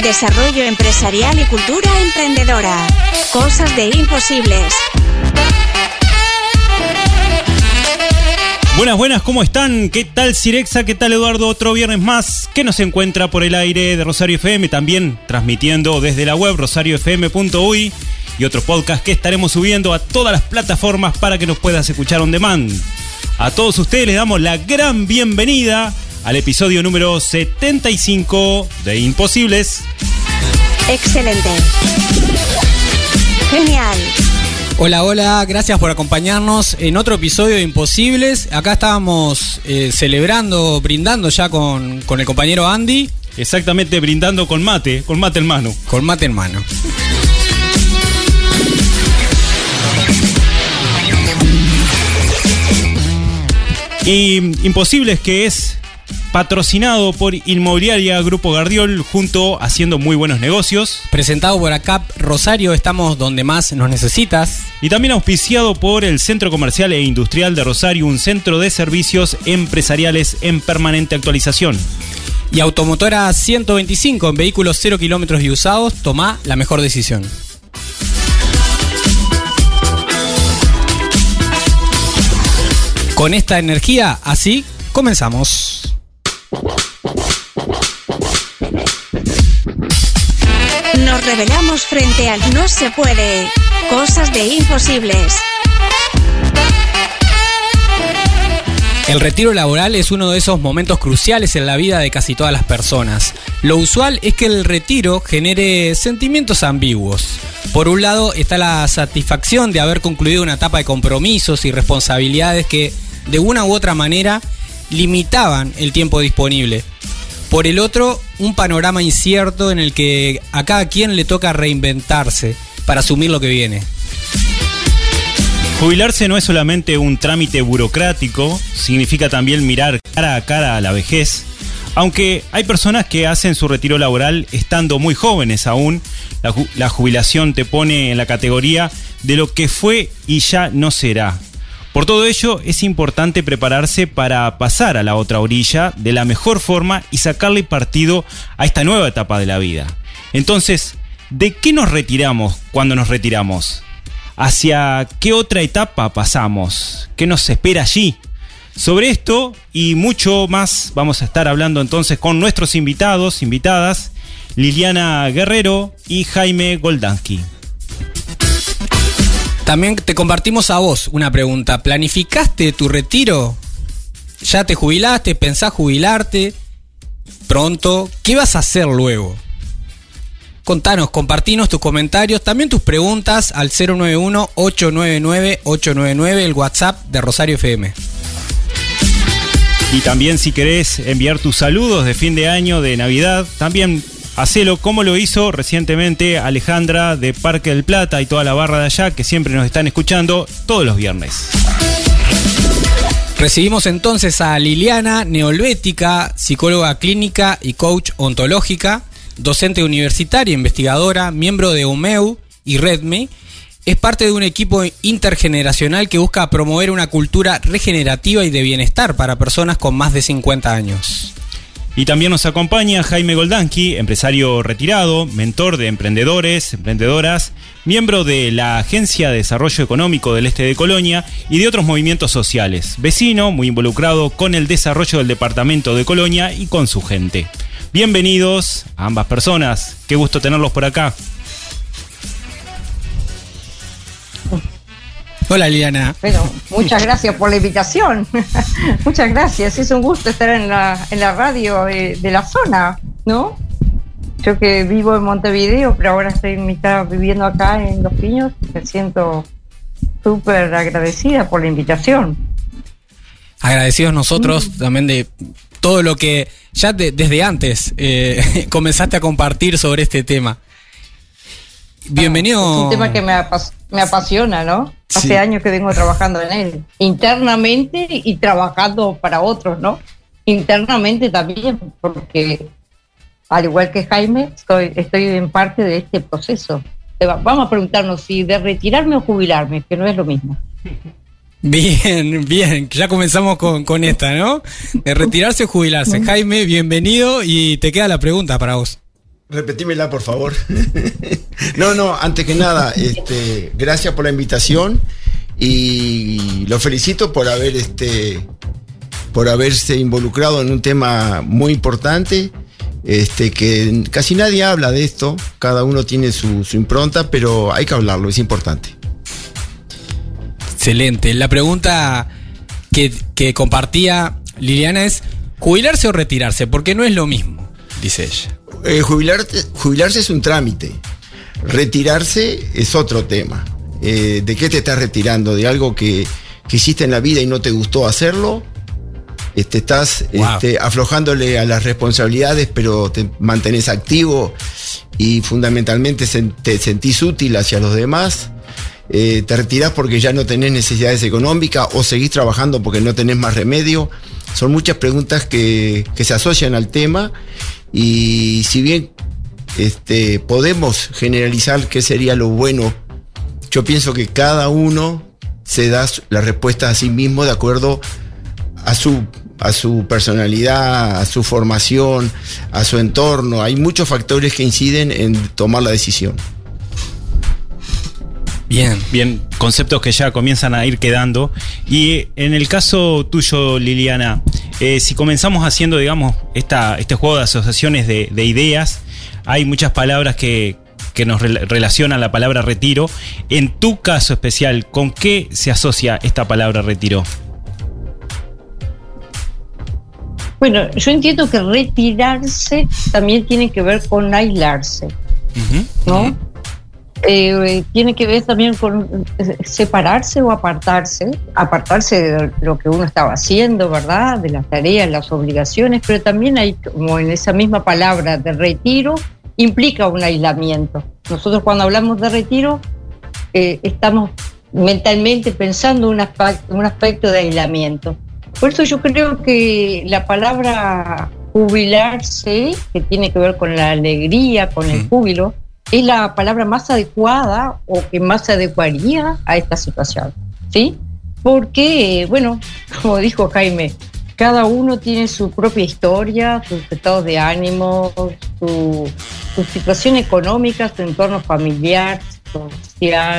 desarrollo empresarial y cultura emprendedora. Cosas de imposibles. Buenas, ¿cómo están? ¿Qué tal Cirexa? ¿Qué tal Eduardo? Otro viernes más que nos encuentra por el aire de Rosario FM, también transmitiendo desde la web rosariofm.uy y otro podcast que estaremos subiendo a todas las plataformas para que nos puedas escuchar on demand. A todos ustedes les damos la gran bienvenida al episodio número 75 de Imposibles. Excelente. Genial. Hola, gracias por acompañarnos en otro episodio de Imposibles. Acá estábamos celebrando, brindando ya con el compañero Andy. Exactamente, brindando con mate en mano. Con mate en mano. Y Imposibles, que es patrocinado por Inmobiliaria Grupo Gardiol, junto Haciendo Muy Buenos Negocios. Presentado por ACAP Rosario, estamos donde más nos necesitas. Y también auspiciado por el Centro Comercial e Industrial de Rosario, un centro de servicios empresariales en permanente actualización. Y Automotora 125, en vehículos 0 kilómetros y usados, toma la mejor decisión. Con esta energía, así comenzamos. Nos revelamos frente al no se puede. Cosas de imposibles. El retiro laboral es uno de esos momentos cruciales en la vida de casi todas las personas. Lo usual es que el retiro genere sentimientos ambiguos. Por un lado está la satisfacción de haber concluido una etapa de compromisos y responsabilidades que, de una u otra manera, limitaban el tiempo disponible. Por el otro, un panorama incierto en el que a cada quien le toca reinventarse para asumir lo que viene. Jubilarse no es solamente un trámite burocrático, significa también mirar cara a cara a la vejez. Aunque hay personas que hacen su retiro laboral estando muy jóvenes aún, la jubilación te pone en la categoría de lo que fue y ya no será. Por todo ello, es importante prepararse para pasar a la otra orilla de la mejor forma y sacarle partido a esta nueva etapa de la vida. Entonces, ¿de qué nos retiramos cuando nos retiramos? ¿Hacia qué otra etapa pasamos? ¿Qué nos espera allí? Sobre esto y mucho más vamos a estar hablando entonces con nuestros invitadas, Liliana Guerrero y Jaime Goldansky. También te compartimos a vos una pregunta. ¿Planificaste tu retiro? ¿Ya te jubilaste? ¿Pensás jubilarte pronto? ¿Qué vas a hacer luego? Contanos, compartinos tus comentarios, también tus preguntas al 091-899-899, el WhatsApp de Rosario FM. Y también si querés enviar tus saludos de fin de año, de Navidad, también hacelo como lo hizo recientemente Alejandra de Parque del Plata y toda la barra de allá que siempre nos están escuchando todos los viernes. Recibimos entonces a Liliana, neolvética, psicóloga clínica y coach ontológica, docente universitaria, investigadora, miembro de UMEU y REDME. Es parte de un equipo intergeneracional que busca promover una cultura regenerativa y de bienestar para personas con más de 50 años. Y también nos acompaña Jaime Goldansky, empresario retirado, mentor de emprendedores, emprendedoras, miembro de la Agencia de Desarrollo Económico del Este de Colonia y de otros movimientos sociales. Vecino, muy involucrado con el desarrollo del departamento de Colonia y con su gente. Bienvenidos a ambas personas. Qué gusto tenerlos por acá. Hola Liliana. Bueno, muchas gracias por la invitación. Muchas gracias. Es un gusto estar en la radio de la zona, ¿no? Yo que vivo en Montevideo, pero ahora estoy viviendo acá en Los Piños, me siento súper agradecida por la invitación. Agradecidos nosotros también de todo lo que ya desde antes comenzaste a compartir sobre este tema. Bienvenido. Es un tema que me apasiona, ¿no? Hace Sí. años que vengo trabajando en él, internamente y trabajando para otros, ¿no? Internamente también, porque al igual que Jaime, estoy en parte de este proceso. Vamos a preguntarnos si de retirarme o jubilarme, que no es lo mismo. Bien, ya comenzamos con esta, ¿no? De retirarse o jubilarse. Jaime, bienvenido y te queda la pregunta para vos. Repetímela, por favor. No, antes que nada, gracias por la invitación y lo felicito por haberse involucrado en un tema muy importante, que casi nadie habla de esto, cada uno tiene su impronta, pero hay que hablarlo, es importante. Excelente. La pregunta que compartía Liliana es: ¿jubilarse o retirarse? Porque no es lo mismo, dice ella. Jubilarse es un trámite, retirarse es otro tema. ¿De qué te estás retirando? ¿De algo que hiciste en la vida y no te gustó hacerlo? Estás aflojándole a las responsabilidades, pero te mantenés activo y fundamentalmente te sentís útil hacia los demás. Te retirás porque ya no tenés necesidades económicas o seguís trabajando porque no tenés más remedio. Son muchas preguntas que se asocian al tema, y si bien podemos generalizar qué sería lo bueno, yo pienso que cada uno se da la respuesta a sí mismo de acuerdo a su personalidad, a su formación, a su entorno. Hay muchos factores que inciden en tomar la decisión. Bien, conceptos que ya comienzan a ir quedando. Y en el caso tuyo, Liliana, si comenzamos haciendo, digamos, este juego de asociaciones de ideas, hay muchas palabras que nos relacionan la palabra retiro. En tu caso especial, ¿con qué se asocia esta palabra retiro? Bueno, yo entiendo que retirarse también tiene que ver con aislarse, ¿no? Tiene que ver también con separarse o apartarse de lo que uno estaba haciendo, ¿verdad? De las tareas, las obligaciones, pero también hay, como en esa misma palabra de retiro, implica un aislamiento. Nosotros cuando hablamos de retiro, estamos mentalmente pensando un aspecto de aislamiento. Por eso yo creo que la palabra jubilarse, que tiene que ver con la alegría, con el júbilo, es la palabra más adecuada o que más se adecuaría a esta situación, ¿sí? Porque, bueno, como dijo Jaime, cada uno tiene su propia historia, sus estados de ánimo, su situación económica, su entorno familiar, social,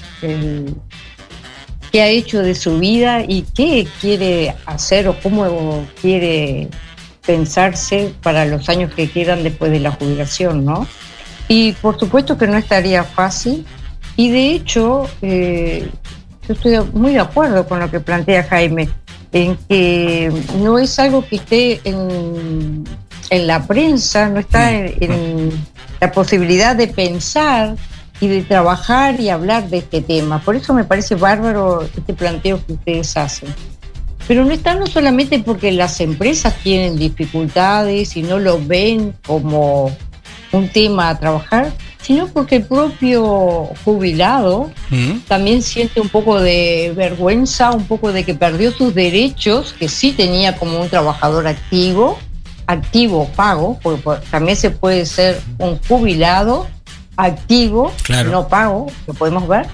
qué ha hecho de su vida y qué quiere hacer o cómo quiere pensarse para los años que quedan después de la jubilación, ¿no? Y por supuesto que no estaría fácil, y de hecho yo estoy muy de acuerdo con lo que plantea Jaime, en que no es algo que esté en la prensa, no está en la posibilidad de pensar y de trabajar y hablar de este tema. Por eso me parece bárbaro este planteo que ustedes hacen. Pero no está no solamente porque las empresas tienen dificultades y no lo ven como un tema a trabajar, sino porque el propio jubilado también siente un poco de vergüenza, un poco de que perdió sus derechos, que sí tenía como un trabajador activo pago, porque también se puede ser un jubilado activo, claro, no pago, lo podemos ver,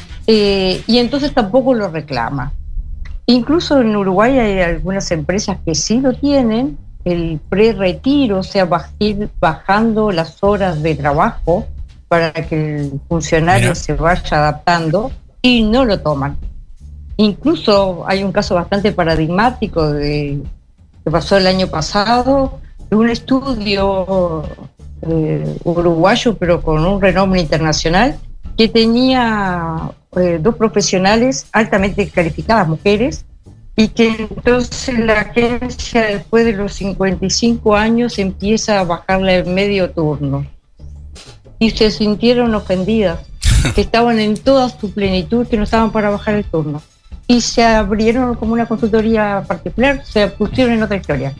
y entonces tampoco lo reclama. Incluso en Uruguay hay algunas empresas que sí lo tienen, el pre-retiro, o sea, ir bajando las horas de trabajo para que el funcionario se vaya adaptando, y no lo toman. Incluso hay un caso bastante paradigmático que pasó el año pasado, de un estudio uruguayo, pero con un renombre internacional, que tenía dos profesionales altamente calificadas, mujeres, y que entonces la agencia después de los 55 años empieza a bajarle el medio turno. Y se sintieron ofendidas, que estaban en toda su plenitud, que no estaban para bajar el turno. Y se abrieron como una consultoría particular, se pusieron en otra historia.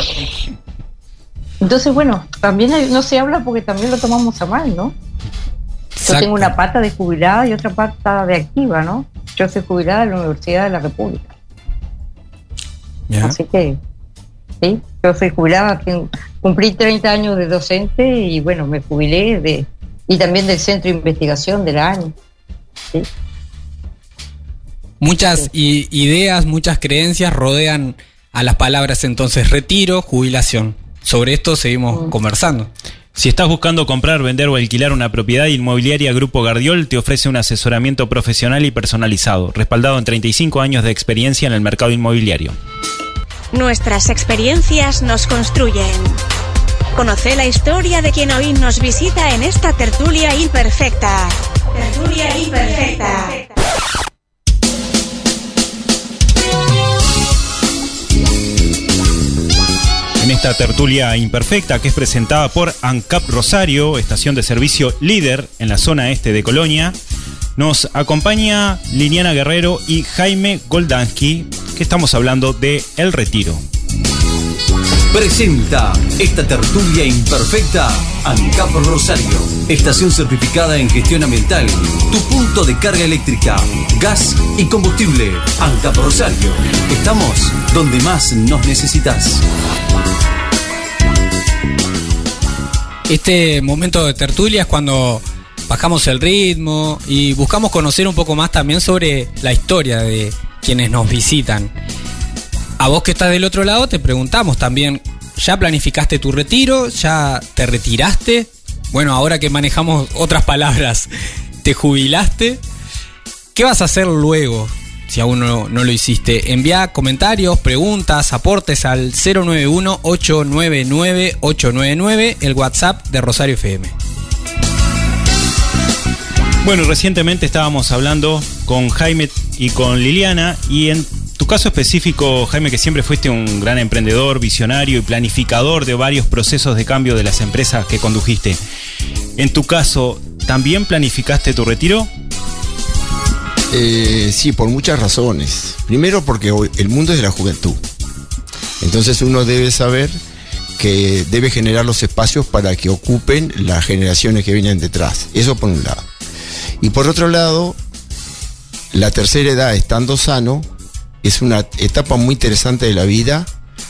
Entonces, bueno, también no se habla porque también lo tomamos a mal, ¿no? Exacto. Yo tengo una pata de jubilada y otra pata de activa, ¿no? Yo soy jubilada de la Universidad de la República. Así que, sí, yo soy jubilada, cumplí 30 años de docente y bueno, me jubilé y también del Centro de Investigación de la ANI. ¿Sí? Muchas ideas, muchas creencias rodean a las palabras entonces retiro, jubilación. Sobre esto seguimos conversando. Si estás buscando comprar, vender o alquilar una propiedad, Inmobiliaria Grupo Gardiol te ofrece un asesoramiento profesional y personalizado, respaldado en 35 años de experiencia en el mercado inmobiliario. Nuestras experiencias nos construyen. Conoce la historia de quien hoy nos visita en esta tertulia imperfecta. Tertulia imperfecta. En esta tertulia imperfecta, que es presentada por ANCAP Rosario, estación de servicio líder en la zona este de Colonia, nos acompaña Liliana Guerrero y Jaime Goldansky, que estamos hablando de El Retiro. Presenta esta tertulia imperfecta ANCAP Rosario, estación certificada en gestión ambiental, tu punto de carga eléctrica, gas y combustible. ANCAP Rosario, estamos donde más nos necesitas. Este momento de tertulia es cuando bajamos el ritmo y buscamos conocer un poco más también sobre la historia de quienes nos visitan. A vos que estás del otro lado te preguntamos también, ¿ya planificaste tu retiro? ¿Ya te retiraste? Bueno, ahora que manejamos otras palabras, ¿te jubilaste? ¿Qué vas a hacer luego si aún no lo hiciste? Envía comentarios, preguntas, aportes al 091-899-899, el WhatsApp de Rosario FM. Bueno, recientemente estábamos hablando con Jaime y con Liliana, y en tu caso específico, Jaime, que siempre fuiste un gran emprendedor, visionario y planificador de varios procesos de cambio de las empresas que condujiste. En tu caso, ¿también planificaste tu retiro? Sí, por muchas razones. Primero porque el mundo es de la juventud. Entonces uno debe saber que debe generar los espacios para que ocupen las generaciones que vienen detrás. Eso por un lado. Y por otro lado, la tercera edad, estando sano, es una etapa muy interesante de la vida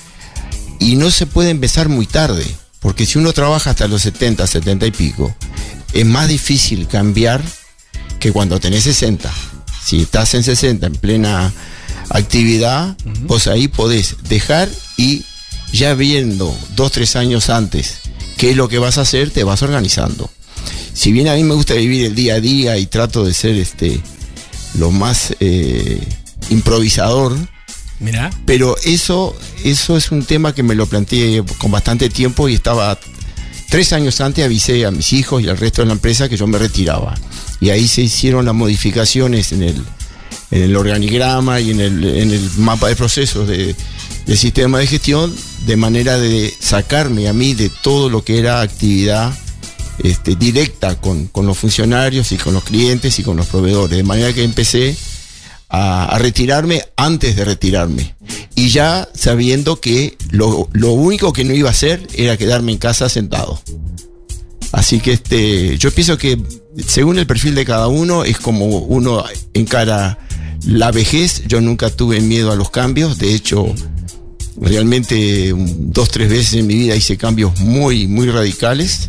y no se puede empezar muy tarde, porque si uno trabaja hasta los 70, 70 y pico, es más difícil cambiar que cuando tenés 60. Si estás en 60 en plena actividad, vos ahí podés dejar y ya viendo 2-3 años antes qué es lo que vas a hacer, te vas organizando. Si bien a mí me gusta vivir el día a día y trato de ser lo más improvisador, Mirá. Pero eso es un tema que me lo planteé con bastante tiempo y estaba 3 años antes, avisé a mis hijos y al resto de la empresa que yo me retiraba. Y ahí se hicieron las modificaciones en el organigrama y en el mapa de procesos del sistema de gestión, de manera de sacarme a mí de todo lo que era actividad directa con los funcionarios y con los clientes y con los proveedores, de manera que empecé a retirarme antes de retirarme, y ya sabiendo que lo único que no iba a hacer era quedarme en casa sentado. Así que yo pienso que según el perfil de cada uno es como uno encara la vejez. Yo nunca tuve miedo a los cambios, de hecho realmente 2-3 veces en mi vida hice cambios muy, muy radicales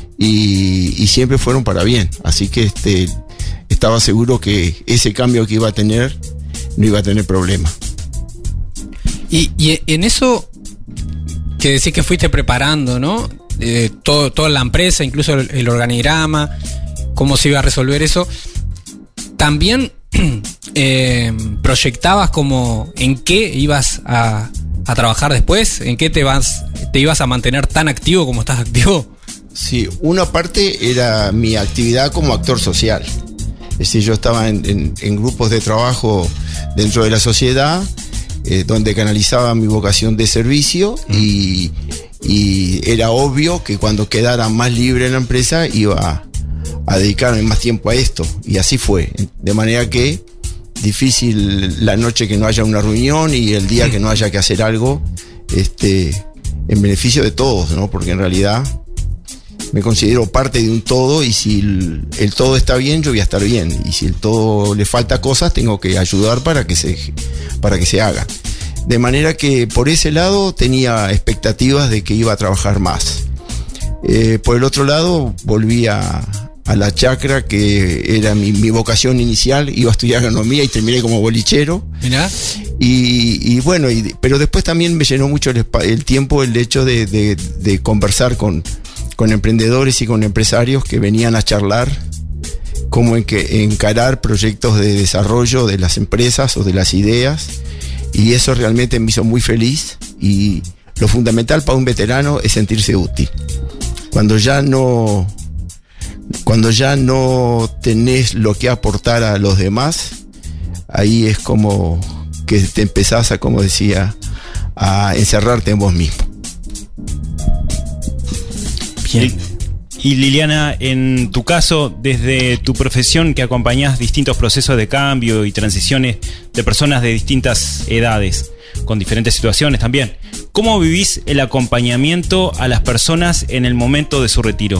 y siempre fueron para bien. Así que estaba seguro que ese cambio que iba a tener no iba a tener problema. Y en eso que decís que fuiste preparando, ¿no? Toda la empresa, incluso el organigrama, cómo se iba a resolver eso. También proyectabas como en qué ibas a trabajar después, en qué te ibas a mantener tan activo como estás activo. Sí, una parte era mi actividad como actor social. Es decir, yo estaba en grupos de trabajo dentro de la sociedad, donde canalizaba mi vocación de servicio y era obvio que cuando quedara más libre en la empresa iba a dedicarme más tiempo a esto, y así fue. De manera que difícil la noche que no haya una reunión y el día que no haya que hacer algo en beneficio de todos, ¿no? Porque en realidad me considero parte de un todo, y si el todo está bien, yo voy a estar bien, y si el todo le falta cosas, tengo que ayudar para que se haga. De manera que por ese lado tenía expectativas de que iba a trabajar más. Por el otro lado, volví a la chacra, que era mi vocación inicial. Iba a estudiar agronomía y terminé como bolichero. Mirá. Y bueno, pero después también me llenó mucho el tiempo el hecho de conversar con con emprendedores y con empresarios que venían a charlar cómo encarar proyectos de desarrollo de las empresas o de las ideas, y eso realmente me hizo muy feliz. Y lo fundamental para un veterano es sentirse útil. Cuando ya no tenés lo que aportar a los demás, ahí es como que te empezás a, como decía, a encerrarte en vos mismo. Bien. Y Liliana, en tu caso, desde tu profesión que acompañás distintos procesos de cambio y transiciones de personas de distintas edades, con diferentes situaciones también, ¿cómo vivís el acompañamiento a las personas en el momento de su retiro?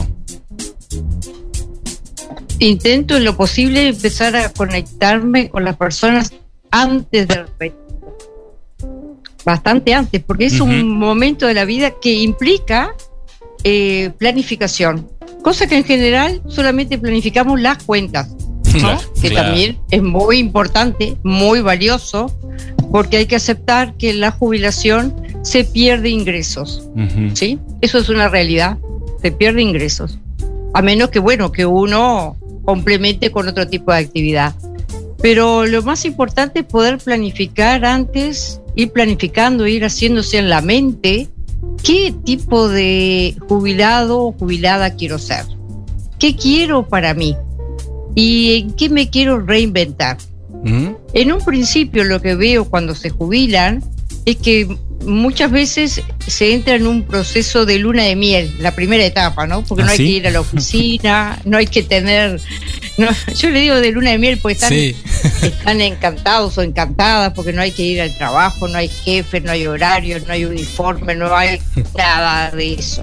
Intento en lo posible empezar a conectarme con las personas antes del retiro. Bastante antes, porque es un momento de la vida que implica planificación, cosa que en general solamente planificamos las cuentas, ¿no? Claro, que también es muy importante, muy valioso, porque hay que aceptar que en la jubilación se pierde ingresos, ¿sí? Eso es una realidad, se pierde ingresos, a menos que, bueno, que uno complemente con otro tipo de actividad. Pero lo más importante es poder planificar antes, ir planificando, ir haciéndose en la mente qué tipo de jubilado o jubilada quiero ser, qué quiero para mí y en qué me quiero reinventar. En un principio lo que veo cuando se jubilan es que muchas veces se entra en un proceso de luna de miel, la primera etapa, ¿no? Porque no hay que ir a la oficina, no hay que tener... No, yo le digo de luna de miel porque están encantados o encantadas, porque no hay que ir al trabajo, no hay jefe, no hay horario, no hay uniforme, no hay nada de eso.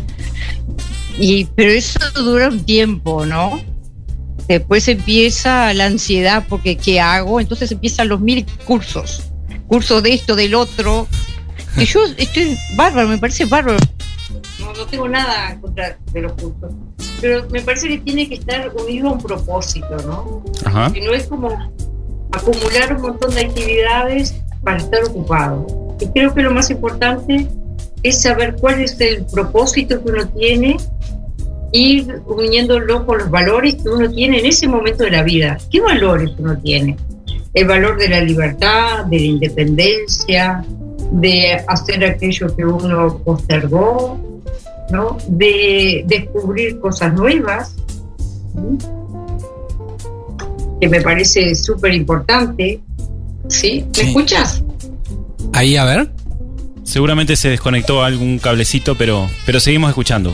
Pero eso dura un tiempo, ¿no? Después empieza la ansiedad porque ¿qué hago? Entonces empiezan los 1000 cursos de esto, del otro. Que yo estoy bárbaro, me parece bárbaro. No tengo nada contra de los cursos, pero me parece que tiene que estar unido a un propósito, ¿no? Ajá. Que no es como acumular un montón de actividades para estar ocupado. Y creo que lo más importante es saber cuál es el propósito que uno tiene, ir uniéndolo con los valores que uno tiene en ese momento de la vida. ¿Qué valores uno tiene? El valor de la libertad, de la independencia, de hacer aquello que uno postergó, ¿no? De descubrir cosas nuevas, que me parece súper importante. ¿Sí? ¿Me escuchas? Ahí, a ver. Seguramente se desconectó algún cablecito, pero seguimos escuchando.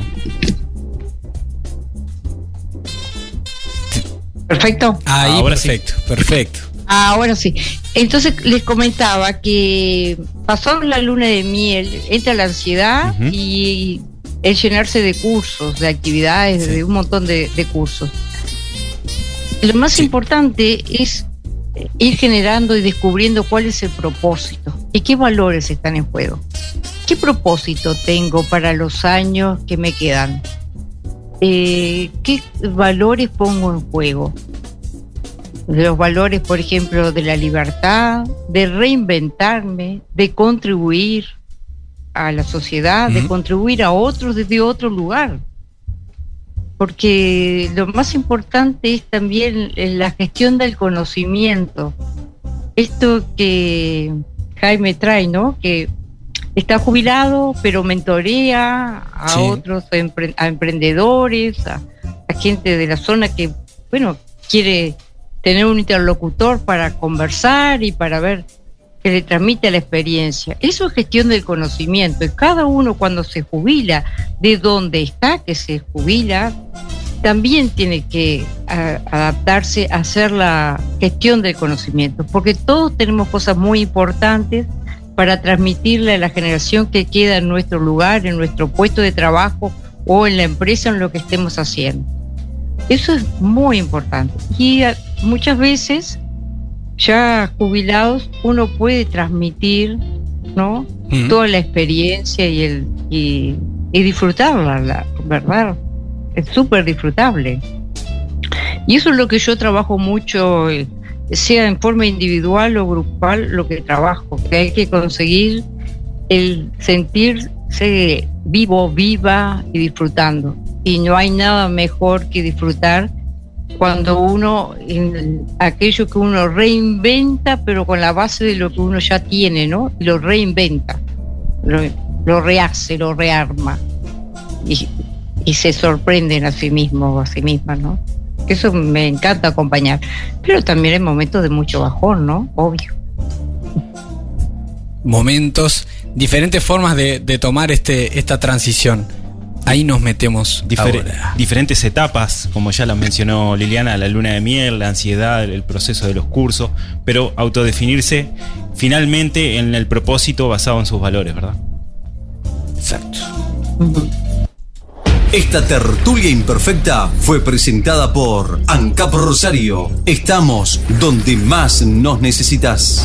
Perfecto. Ahí, ahora perfecto. Ahora sí. Entonces les comentaba que pasó la luna de miel, entra la ansiedad y el llenarse de cursos, de actividades, de un montón de cursos. Lo más importante es ir generando y descubriendo cuál es el propósito y qué valores están en juego. ¿Qué propósito tengo para los años que me quedan? ¿Qué valores pongo en juego? Los valores, por ejemplo, de la libertad, de reinventarme, de contribuir a la sociedad, de contribuir a otros desde otro lugar. Porque lo más importante es también la gestión del conocimiento. Esto que Jaime trae, ¿no? Que está jubilado, pero mentorea a otros, a emprendedores, a gente de la zona que, bueno, quiere tener un interlocutor para conversar y para ver que le transmite la experiencia. Eso es gestión del conocimiento. Y cada uno cuando se jubila, de donde está que se jubila, también tiene que adaptarse a hacer la gestión del conocimiento, porque todos tenemos cosas muy importantes para transmitirle a la generación que queda en nuestro lugar, en nuestro puesto de trabajo o en la empresa, en lo que estemos haciendo. Eso es muy importante. Y muchas veces, ya jubilados, uno puede transmitir, ¿no? Toda la experiencia y disfrutarla, ¿verdad? Es súper disfrutable. Y eso es lo que yo trabajo mucho, sea en forma individual o grupal, lo que trabajo, que hay que conseguir el sentirse vivo, viva y disfrutando. Y no hay nada mejor que disfrutar cuando uno, aquello que uno reinventa, pero con la base de lo que uno ya tiene, ¿no? Y lo reinventa, lo rehace, lo rearma. Y se sorprenden a sí mismos o a sí mismas, ¿no? Eso me encanta acompañar. Pero también hay momentos de mucho bajón, ¿no? Obvio. Momentos, diferentes formas de tomar esta transición. Ahí nos metemos ahora. Diferentes etapas, como ya las mencionó Liliana, la luna de miel, la ansiedad, el proceso de los cursos, pero autodefinirse finalmente en el propósito basado en sus valores, ¿verdad? Exacto. Esta tertulia imperfecta fue presentada por ANCAP Rosario. Estamos donde más nos necesitas.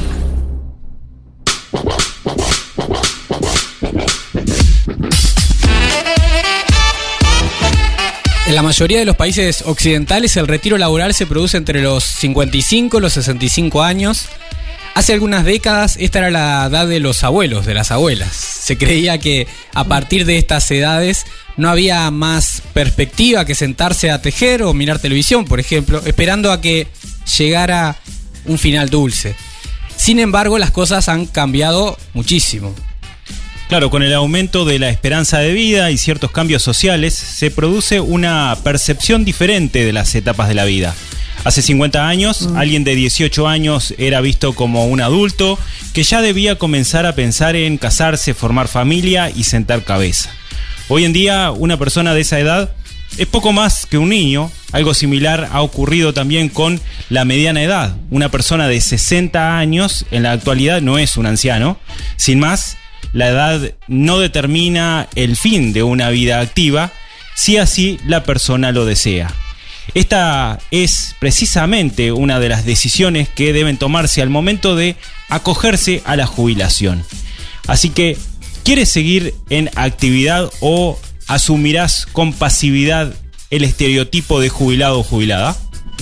En la mayoría de los países occidentales el retiro laboral se produce entre los 55 y los 65 años. Hace algunas décadas esta era la edad de los abuelos, de las abuelas. Se creía que a partir de estas edades no había más perspectiva que sentarse a tejer o mirar televisión, por ejemplo, esperando a que llegara un final dulce. Sin embargo, las cosas han cambiado muchísimo. Claro, con el aumento de la esperanza de vida y ciertos cambios sociales, se produce una percepción diferente de las etapas de la vida. Hace 50 años, alguien de 18 años era visto como un adulto que ya debía comenzar a pensar en casarse, formar familia y sentar cabeza. Hoy en día, una persona de esa edad es poco más que un niño. Algo similar ha ocurrido también con la mediana edad. Una persona de 60 años en la actualidad no es un anciano. Sin más, la edad no determina el fin de una vida activa, si así la persona lo desea. Esta es precisamente una de las decisiones que deben tomarse al momento de acogerse a la jubilación. Así que, ¿quieres seguir en actividad o asumirás con pasividad el estereotipo de jubilado o jubilada?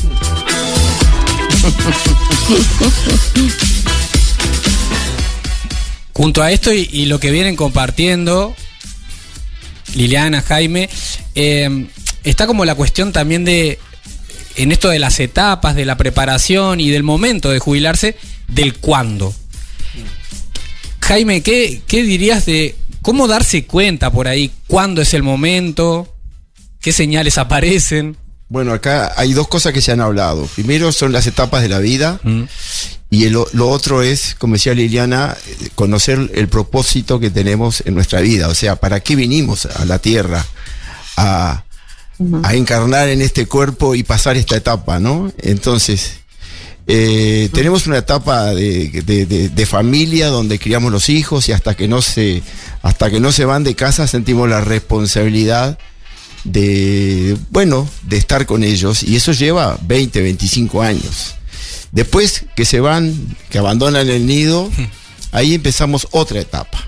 Junto a esto y lo que vienen compartiendo Liliana, Jaime, está como la cuestión también en esto de las etapas, de la preparación y del momento de jubilarse, del cuándo. Jaime, ¿qué dirías de cómo darse cuenta por ahí cuándo es el momento? ¿Qué señales aparecen? Bueno, acá hay dos cosas que se han hablado. Primero son las etapas de la vida y lo otro es, como decía Liliana, conocer el propósito que tenemos en nuestra vida. O sea, ¿para qué vinimos a la Tierra? A encarnar en este cuerpo y pasar esta etapa, ¿no? Entonces, tenemos una etapa de familia donde criamos los hijos y hasta que no se van de casa sentimos la responsabilidad de estar con ellos, y eso lleva 20, 25 años. Después que se van, que abandonan el nido, ahí empezamos otra etapa.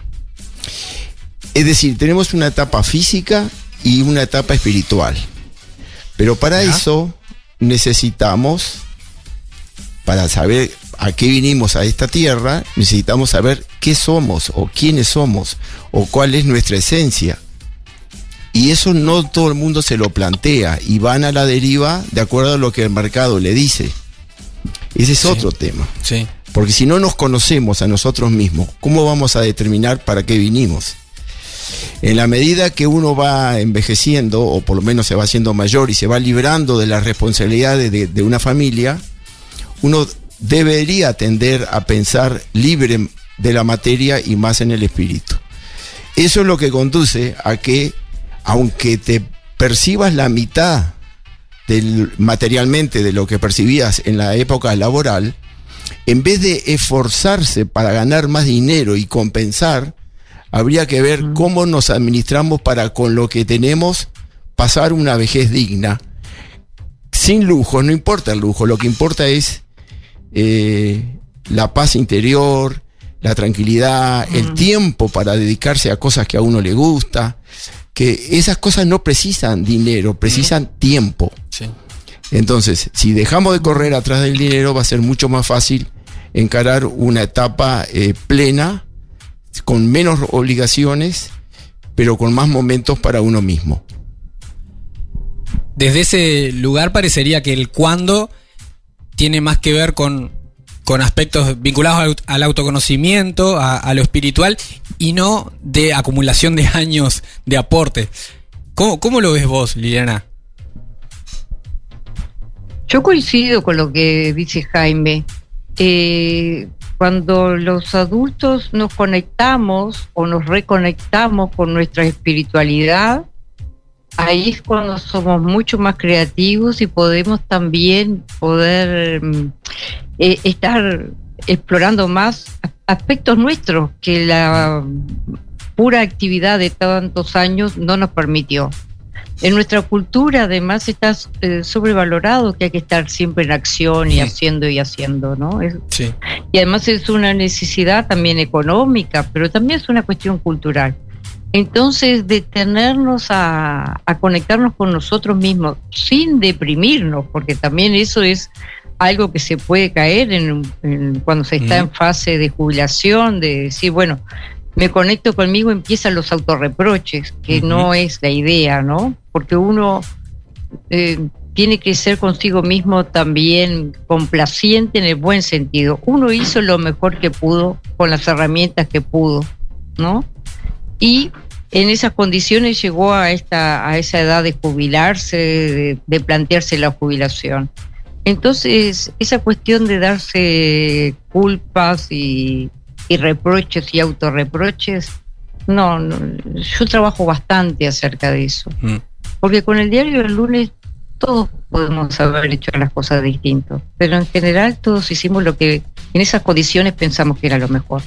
Es decir, tenemos una etapa física y una etapa espiritual. Pero para eso necesitamos, para saber a qué vinimos a esta tierra, necesitamos saber qué somos o quiénes somos o cuál es nuestra esencia. Y eso no todo el mundo se lo plantea y van a la deriva de acuerdo a lo que el mercado le dice. Ese es otro tema. Sí. Porque si no nos conocemos a nosotros mismos, ¿cómo vamos a determinar para qué vinimos? En la medida que uno va envejeciendo, o por lo menos se va haciendo mayor y se va librando de las responsabilidades de una familia, uno debería tender a pensar libre de la materia y más en el espíritu. Eso es lo que conduce a que, aunque te percibas la mitad materialmente de lo que percibías en la época laboral, en vez de esforzarse para ganar más dinero y compensar, habría que ver cómo nos administramos para, con lo que tenemos, pasar una vejez digna. Sin lujo, no importa el lujo, lo que importa es la paz interior, la tranquilidad, el tiempo para dedicarse a cosas que a uno le gusta, que esas cosas no precisan dinero, precisan tiempo. Sí. Entonces, si dejamos de correr atrás del dinero, va a ser mucho más fácil encarar una etapa plena, con menos obligaciones, pero con más momentos para uno mismo. Desde ese lugar parecería que el cuándo tiene más que ver con aspectos vinculados al autoconocimiento, a lo espiritual, y no de acumulación de años de aporte. ¿Cómo lo ves vos, Liliana? Yo coincido con lo que dice Jaime. Cuando los adultos nos conectamos o nos reconectamos con nuestra espiritualidad, ahí es cuando somos mucho más creativos y podemos también estar explorando más aspectos nuestros que la pura actividad de tantos años no nos permitió. En nuestra cultura además está sobrevalorado que hay que estar siempre en acción y haciendo, ¿no? Sí. Y además es una necesidad también económica, pero también es una cuestión cultural. Entonces, detenernos a conectarnos con nosotros mismos sin deprimirnos, porque también eso es algo que se puede caer cuando se está en fase de jubilación, de decir, bueno, me conecto conmigo, empiezan los autorreproches, que no es la idea, ¿no? Porque uno tiene que ser consigo mismo también complaciente en el buen sentido. Uno hizo lo mejor que pudo con las herramientas que pudo, ¿no? Y en esas condiciones llegó a esa edad de jubilarse, de plantearse la jubilación. Entonces, esa cuestión de darse culpas y reproches y autorreproches, no, yo trabajo bastante acerca de eso. Porque con el diario del lunes todos podemos haber hecho las cosas distintas, pero en general todos hicimos lo que en esas condiciones pensamos que era lo mejor.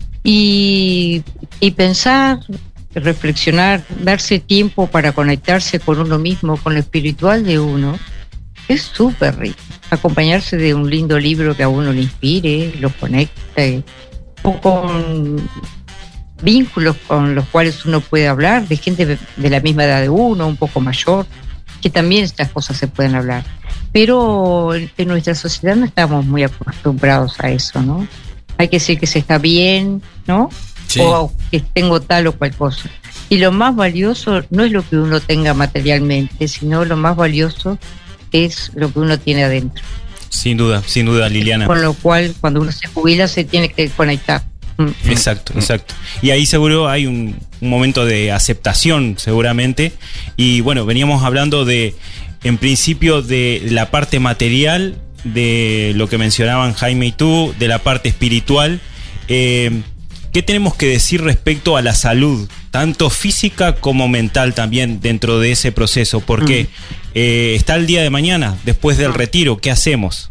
Y pensar, reflexionar, darse tiempo para conectarse con uno mismo, con lo espiritual de uno, es súper rico. Acompañarse de un lindo libro que a uno le inspire, lo conecte, o con vínculos con los cuales uno puede hablar, de gente de la misma edad de uno, un poco mayor, que también estas cosas se pueden hablar. Pero en nuestra sociedad no estamos muy acostumbrados a eso, ¿no? Hay que decir que se está bien, ¿no? Sí. O que tengo tal o cual cosa. Y lo más valioso no es lo que uno tenga materialmente, sino lo más valioso es lo que uno tiene adentro. Sin duda, Liliana. Con lo cual, cuando uno se jubila, se tiene que conectar. Exacto. Y ahí seguro hay un momento de aceptación, seguramente. Y bueno, veníamos hablando en principio, de la parte material, de lo que mencionaban Jaime y tú, de la parte espiritual. ¿Qué tenemos que decir respecto a la salud, tanto física como mental también dentro de ese proceso? Porque está el día de mañana, después del retiro, ¿qué hacemos?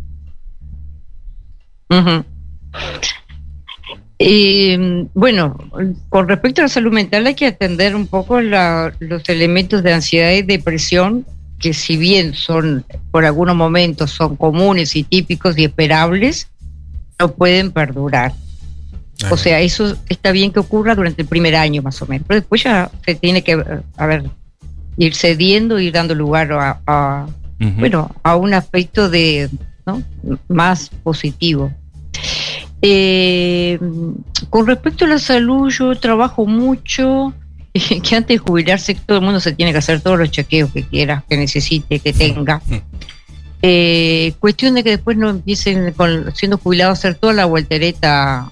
Bueno, con respecto a la salud mental hay que atender un poco los elementos de ansiedad y depresión, que si bien por algunos momentos son comunes y típicos y esperables, no pueden perdurar. O sea, eso está bien que ocurra durante el primer año más o menos, pero después ya se tiene que ir cediendo, ir dando lugar a un aspecto ¿no? más positivo. Con respecto a la salud, yo trabajo mucho, que antes de jubilarse todo el mundo se tiene que hacer todos los chequeos que quiera, que necesite, que tenga. Cuestión de que después no empiecen siendo jubilados a hacer toda la voltereta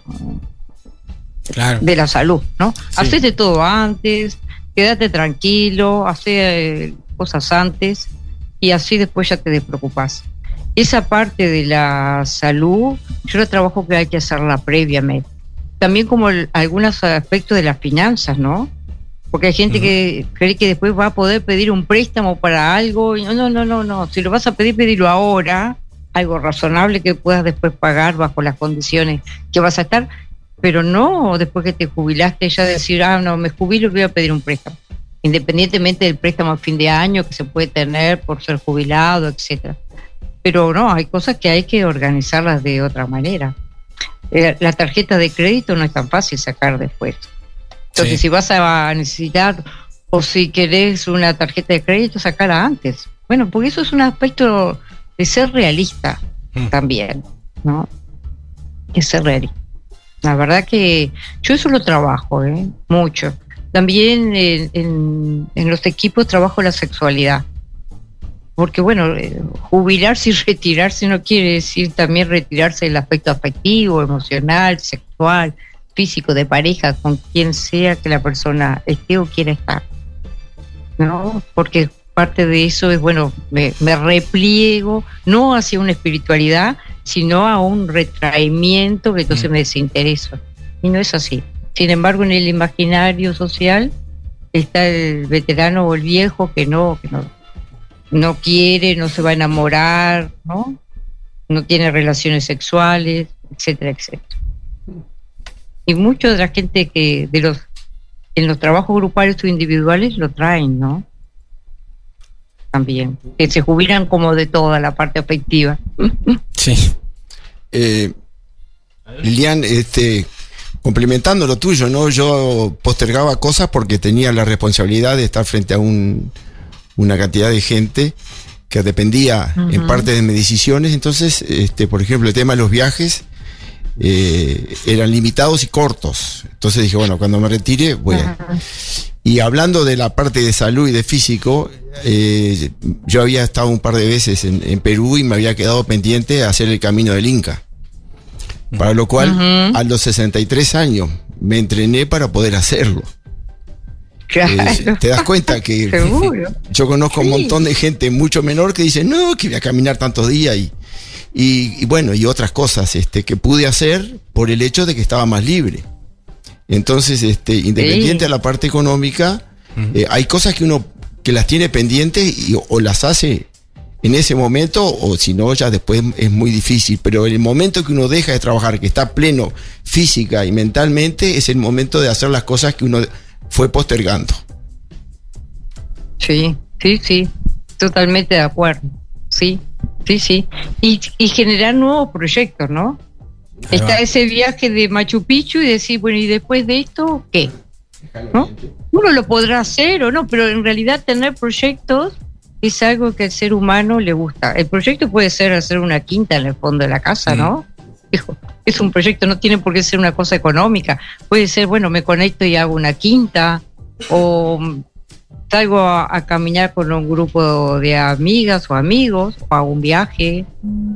de la salud, ¿no? Sí. Hacete todo antes, quédate tranquilo, hacé cosas antes y así después ya te despreocupás. Esa parte de la salud, yo la trabajo que hay que hacerla previamente. También como algunos aspectos de las finanzas, ¿no? Porque hay gente que cree que después va a poder pedir un préstamo para algo. Y no. Si lo vas a pedir, pedilo ahora, algo razonable que puedas después pagar bajo las condiciones que vas a estar. Pero no después que te jubilaste ya decir, no, me jubilo y voy a pedir un préstamo. Independientemente del préstamo a fin de año que se puede tener por ser jubilado, etcétera. Pero no, hay cosas que hay que organizarlas de otra manera. La tarjeta de crédito no es tan fácil sacar después. Entonces, si vas a necesitar o si querés una tarjeta de crédito, sacarla antes. Bueno, porque eso es un aspecto de ser realista también, ¿no? Es ser realista. La verdad que yo eso lo trabajo, mucho. También en los equipos trabajo la sexualidad. Porque bueno, jubilarse y retirarse no quiere decir también retirarse del aspecto afectivo, emocional, sexual, físico, de pareja, con quien sea que la persona esté o quiera estar, ¿no? Porque parte de eso es, bueno, me repliego, no hacia una espiritualidad, sino a un retraimiento que entonces me desintereso. Y no es así. Sin embargo, en el imaginario social está el veterano o el viejo que no quiere, no se va a enamorar, no tiene relaciones sexuales, etcétera, etcétera. Y mucho de la gente que en los trabajos grupales o individuales lo traen, ¿no? También, que se jubilan como de toda la parte afectiva. Sí. Lilian, complementando lo tuyo, ¿no? Yo postergaba cosas porque tenía la responsabilidad de estar frente a una cantidad de gente que dependía en parte de mis decisiones. Entonces, por ejemplo, el tema de los viajes eran limitados y cortos. Entonces dije, bueno, cuando me retire voy a... Y hablando de la parte de salud y de físico, yo había estado un par de veces en Perú y me había quedado pendiente de hacer el camino del Inca. Para lo cual, a los 63 años, me entrené para poder hacerlo. Claro. Te das cuenta que Seguro. Yo conozco un montón de gente mucho menor que dice, no, que voy a caminar tantos días y bueno, y otras cosas que pude hacer por el hecho de que estaba más libre. Entonces, independiente de la parte económica, hay cosas que uno que las tiene pendientes o las hace en ese momento, o si no, ya después es muy difícil. Pero el momento que uno deja de trabajar, que está pleno física y mentalmente, es el momento de hacer las cosas que uno fue postergando. Sí, totalmente de acuerdo. Sí. Y generar nuevos proyectos, ¿no? Está ese viaje de Machu Picchu y decir, bueno, ¿y después de esto qué? ¿No? Uno lo podrá hacer o no, pero en realidad tener proyectos es algo que al ser humano le gusta. El proyecto puede ser hacer una quinta en el fondo de la casa, ¿no? Es un proyecto, no tiene por qué ser una cosa económica. Puede ser, bueno, me conecto y hago una quinta, o salgo a caminar con un grupo de amigas o amigos, o hago un viaje.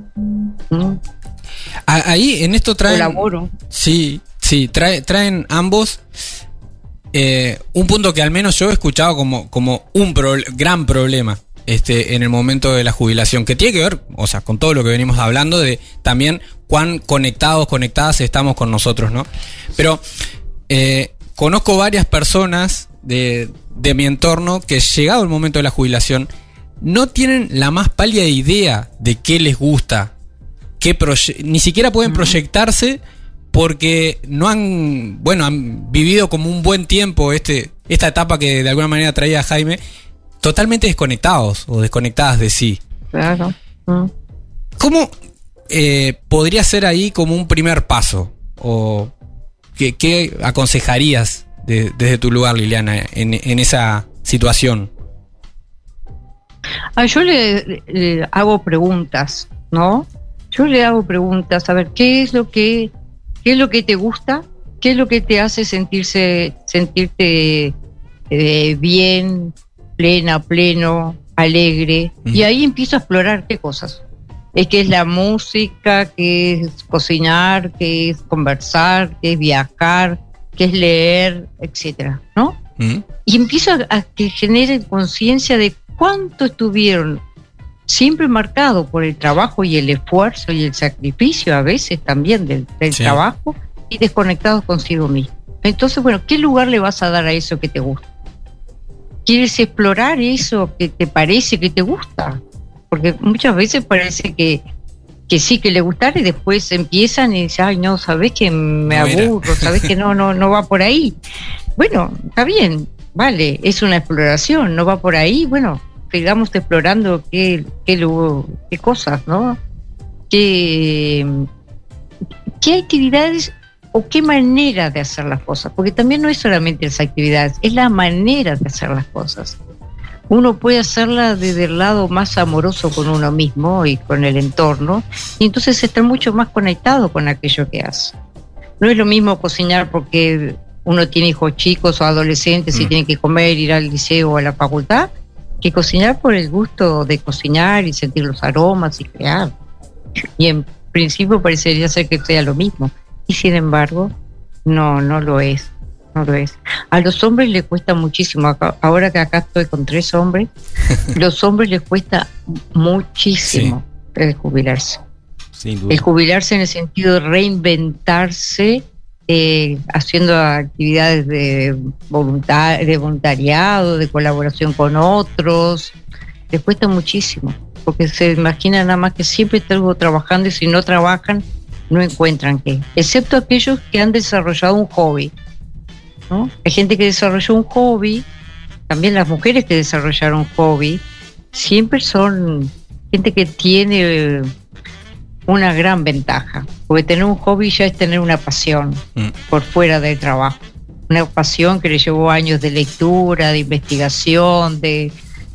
Ahí en esto traen... Colaboro. Sí, traen ambos un punto que al menos yo he escuchado como un gran problema en el momento de la jubilación, que tiene que ver, o sea, con todo lo que venimos hablando de también cuán conectadas estamos con nosotros, ¿no? Pero conozco varias personas de mi entorno que, llegado el momento de la jubilación, no tienen la más pálida idea de qué les gusta, ni siquiera pueden proyectarse porque no han vivido como un buen tiempo esta etapa que de alguna manera traía Jaime, totalmente desconectados o desconectadas de sí. Claro. ¿Cómo podría ser ahí como un primer paso? ¿O qué aconsejarías desde tu lugar, Liliana, en esa situación? Yo le hago preguntas, ¿no? Yo le hago preguntas, a ver, ¿qué es lo que te gusta? ¿Qué es lo que te hace sentirte bien, pleno, alegre? Y ahí empiezo a explorar qué cosas. ¿Qué es la música? ¿Qué es cocinar? ¿Qué es conversar? ¿Qué es viajar? ¿Qué es leer? Etcétera, ¿no? Y empiezo a que generen conciencia de cuánto estuvieron siempre marcado por el trabajo y el esfuerzo y el sacrificio, a veces también del trabajo, y desconectados consigo mismo. Entonces, bueno, ¿qué lugar le vas a dar a eso que te gusta? ¿Quieres explorar eso que te parece que te gusta? Porque muchas veces parece que sí, que le gustara, y después empiezan y dicen, ay, no, sabés que me aburro, sabés que no va por ahí. Bueno, está bien, vale, es una exploración, no va por ahí, bueno, sigamos explorando qué cosas, ¿no? ¿Qué actividades o qué manera de hacer las cosas? Porque también no es solamente las actividades, es la manera de hacer las cosas. Uno puede hacerla desde el lado más amoroso con uno mismo y con el entorno, y entonces estar mucho más conectado con aquello que hace. No es lo mismo cocinar porque uno tiene hijos chicos o adolescentes y tiene que comer, ir al liceo o a la facultad, que cocinar por el gusto de cocinar y sentir los aromas y crear. Y en principio parecería ser que sea lo mismo. Y sin embargo, no lo es. No lo es. A los hombres les cuesta muchísimo. Ahora que acá estoy con 3 hombres, los hombres les cuesta muchísimo el jubilarse. Sin duda. El jubilarse en el sentido de reinventarse, haciendo actividades de voluntariado, de colaboración con otros. Les cuesta muchísimo, porque se imaginan nada más que siempre están trabajando y si no trabajan, no encuentran qué. Excepto aquellos que han desarrollado un hobby, ¿no? Hay gente que desarrolló un hobby, también las mujeres que desarrollaron un hobby, siempre son gente que tiene una gran ventaja, porque tener un hobby ya es tener una pasión por fuera del trabajo, una pasión que le llevó años de lectura, de investigación, de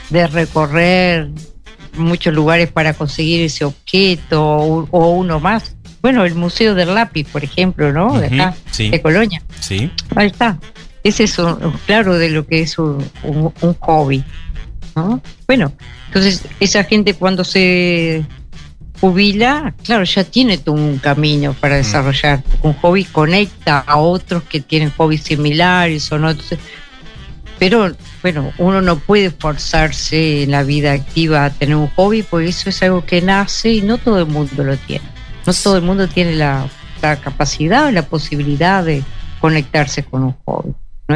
recorrer muchos lugares para conseguir ese objeto o uno más. Bueno, el Museo del Lápiz, por ejemplo, ¿no? De acá, de Colonia. Sí. Ahí está. Ese es claro de lo que es un hobby, ¿no? Bueno, entonces esa gente cuando se jubila, claro, ya tiene todo un camino para desarrollar. Un hobby conecta a otros que tienen hobbies similares o no. Entonces, pero bueno, uno no puede forzarse en la vida activa a tener un hobby, porque eso es algo que nace y no todo el mundo lo tiene. No todo el mundo tiene la capacidad o la posibilidad de conectarse con un hobby.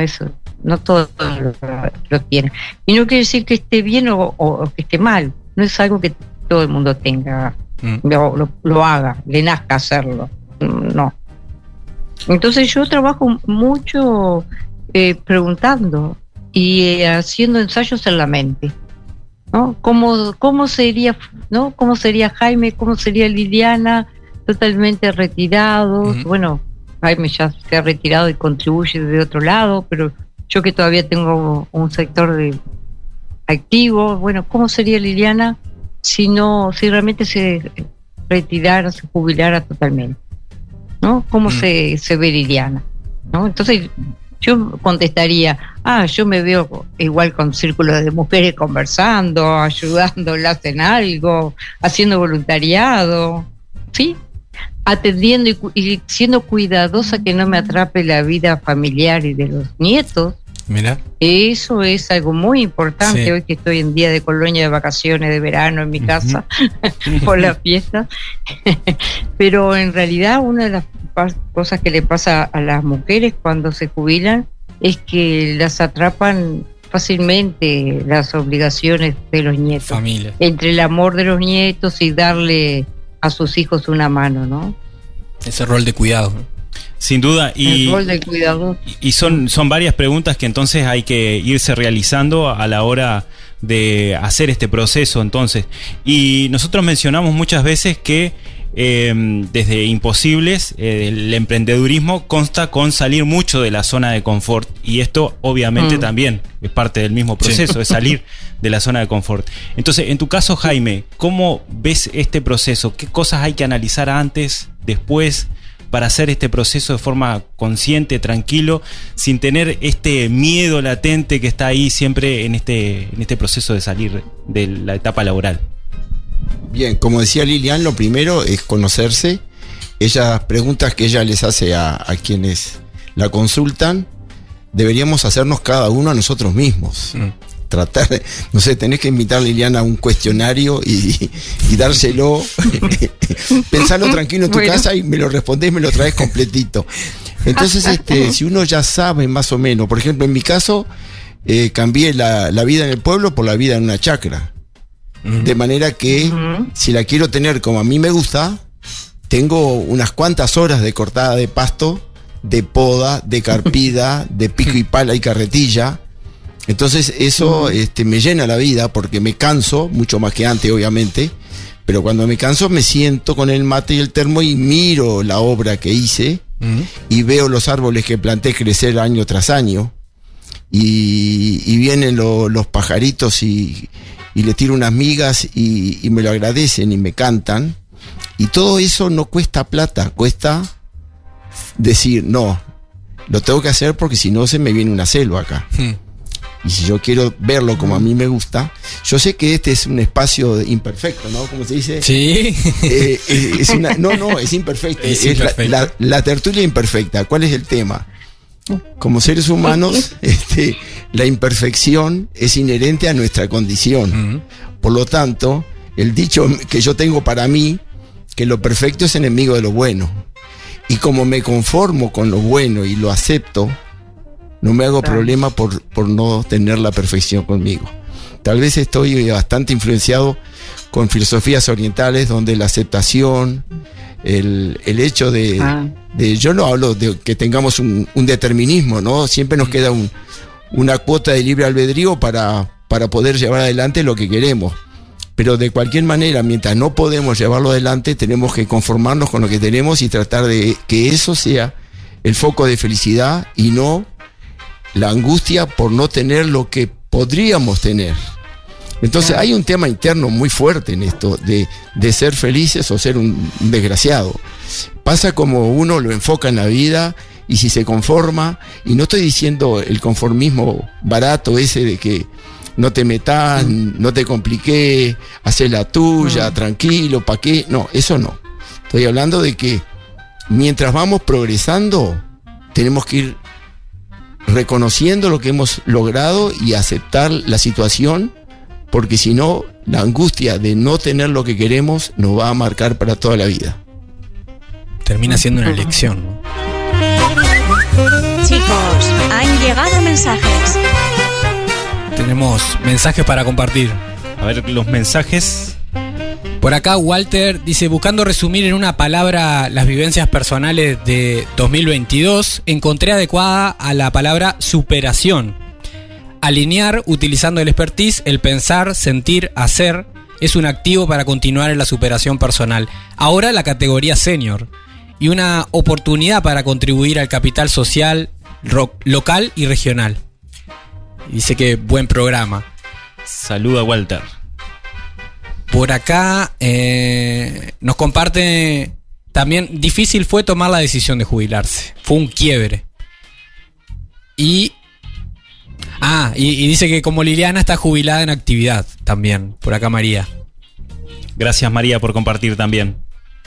No todo lo tiene. Y no quiere decir que esté bien o que esté mal. No es algo que todo el mundo tenga, lo haga, le nazca hacerlo. No. Entonces yo trabajo mucho preguntando y haciendo ensayos en la mente, ¿no? ¿Cómo sería, ¿no? ¿Cómo sería Jaime? ¿Cómo sería Liliana? Totalmente retirados. Bueno, Jaime ya se ha retirado y contribuye de otro lado, pero yo que todavía tengo un sector activo, bueno, ¿cómo sería Liliana si realmente se retirara, se jubilara totalmente? ¿No? ¿Cómo se ve Liliana? ¿No? Entonces yo contestaría, yo me veo igual con círculos de mujeres conversando, ayudándolas en algo, haciendo voluntariado, ¿sí? Atendiendo y siendo cuidadosa que no me atrape la vida familiar y de los nietos. Mira. Eso es algo muy importante hoy que estoy en día de colonia de vacaciones de verano en mi casa por las fiestas. Pero en realidad una de las cosas que le pasa a las mujeres cuando se jubilan es que las atrapan fácilmente las obligaciones de los nietos. Familia. Entre el amor de los nietos y darle a sus hijos una mano, ¿no? Ese rol de cuidado. Sin duda. El rol de cuidado. Y son varias preguntas que entonces hay que irse realizando a la hora de hacer este proceso, entonces. Y nosotros mencionamos muchas veces que desde Imposibles, el emprendedurismo consta con salir mucho de la zona de confort, y esto obviamente también es parte del mismo proceso, es salir de la zona de confort. Entonces, en tu caso, Jaime, ¿cómo ves este proceso? ¿Qué cosas hay que analizar antes, después, para hacer este proceso de forma consciente, tranquilo, sin tener este miedo latente que está ahí siempre en este proceso de salir de la etapa laboral? Bien, como decía Lilian, lo primero es conocerse. Esas preguntas que ella les hace a quienes la consultan, deberíamos hacernos cada uno a nosotros mismos. Tratar, no sé, tenés que invitar a Liliana a un cuestionario y dárselo. Pensarlo tranquilo en tu casa y me lo respondés, me lo traes completito. Entonces, si uno ya sabe más o menos, por ejemplo, en mi caso, cambié la vida en el pueblo por la vida en una chacra. De manera que, si la quiero tener como a mí me gusta, tengo unas cuantas horas de cortada de pasto, de poda, de carpida, de pico y pala y carretilla. Entonces eso me llena la vida, porque me canso, mucho más que antes obviamente, pero cuando me canso me siento con el mate y el termo y miro la obra que hice y veo los árboles que planté crecer año tras año, y vienen los pajaritos y le tiro unas migas y me lo agradecen y me cantan, y todo eso no cuesta plata, cuesta decir, no, lo tengo que hacer porque si no se me viene una selva acá. Y si yo quiero verlo como a mí me gusta, yo sé que este es un espacio imperfecto, ¿no? Como se dice. Sí. Es imperfecto. Es la tertulia imperfecta. ¿Cuál es el tema? Como seres humanos, la imperfección es inherente a nuestra condición. Por lo tanto, el dicho que yo tengo para mí, que lo perfecto es enemigo de lo bueno. Y como me conformo con lo bueno y lo acepto, no me hago problema por no tener la perfección conmigo. Tal vez estoy bastante influenciado con filosofías orientales donde la aceptación, el hecho de yo no hablo de que tengamos un determinismo, ¿no? Siempre nos queda una cuota de libre albedrío para poder llevar adelante lo que queremos. Pero de cualquier manera, mientras no podemos llevarlo adelante, tenemos que conformarnos con lo que tenemos y tratar de que eso sea el foco de felicidad y no la angustia por no tener lo que podríamos tener. Entonces hay un tema interno muy fuerte en esto de ser felices o ser un desgraciado. Pasa como uno lo enfoca en la vida y si se conforma, y no estoy diciendo el conformismo barato ese de que no te metas, no te compliques, haces la tuya, tranquilo, ¿para qué? No, eso no. Estoy hablando de que mientras vamos progresando, tenemos que ir reconociendo lo que hemos logrado y aceptar la situación, porque si no, la angustia de no tener lo que queremos nos va a marcar para toda la vida. Termina siendo una lección, ¿no? Chicos, han llegado mensajes. Tenemos mensajes para compartir. A ver, los mensajes. Por acá Walter dice, buscando resumir en una palabra las vivencias personales de 2022, encontré adecuada a la palabra superación. Alinear, utilizando el expertise, el pensar, sentir, hacer, es un activo para continuar en la superación personal. Ahora la categoría senior. Y una oportunidad para contribuir al capital social, local y regional. Dice que buen programa. Saluda Walter. Por acá nos comparte también, difícil fue tomar la decisión de jubilarse. Fue un quiebre. Y dice que como Liliana está jubilada en actividad también. Por acá María. Gracias María por compartir también.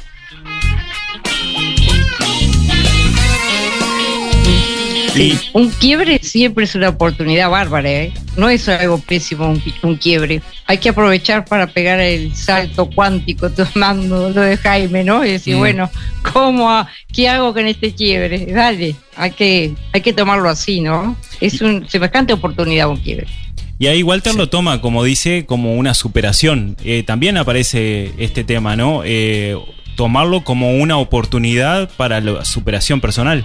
Sí, un quiebre siempre es una oportunidad bárbara, ¿eh? No es algo pésimo un quiebre. Hay que aprovechar para pegar el salto cuántico, tomando lo de Jaime, ¿no? Y decir, bueno, ¿qué hago con este quiebre? Dale, hay que tomarlo así, ¿no? Es una semejante oportunidad un quiebre. Y ahí Walter lo toma, como dice, como una superación. También aparece este tema, ¿no? Tomarlo como una oportunidad para la superación personal.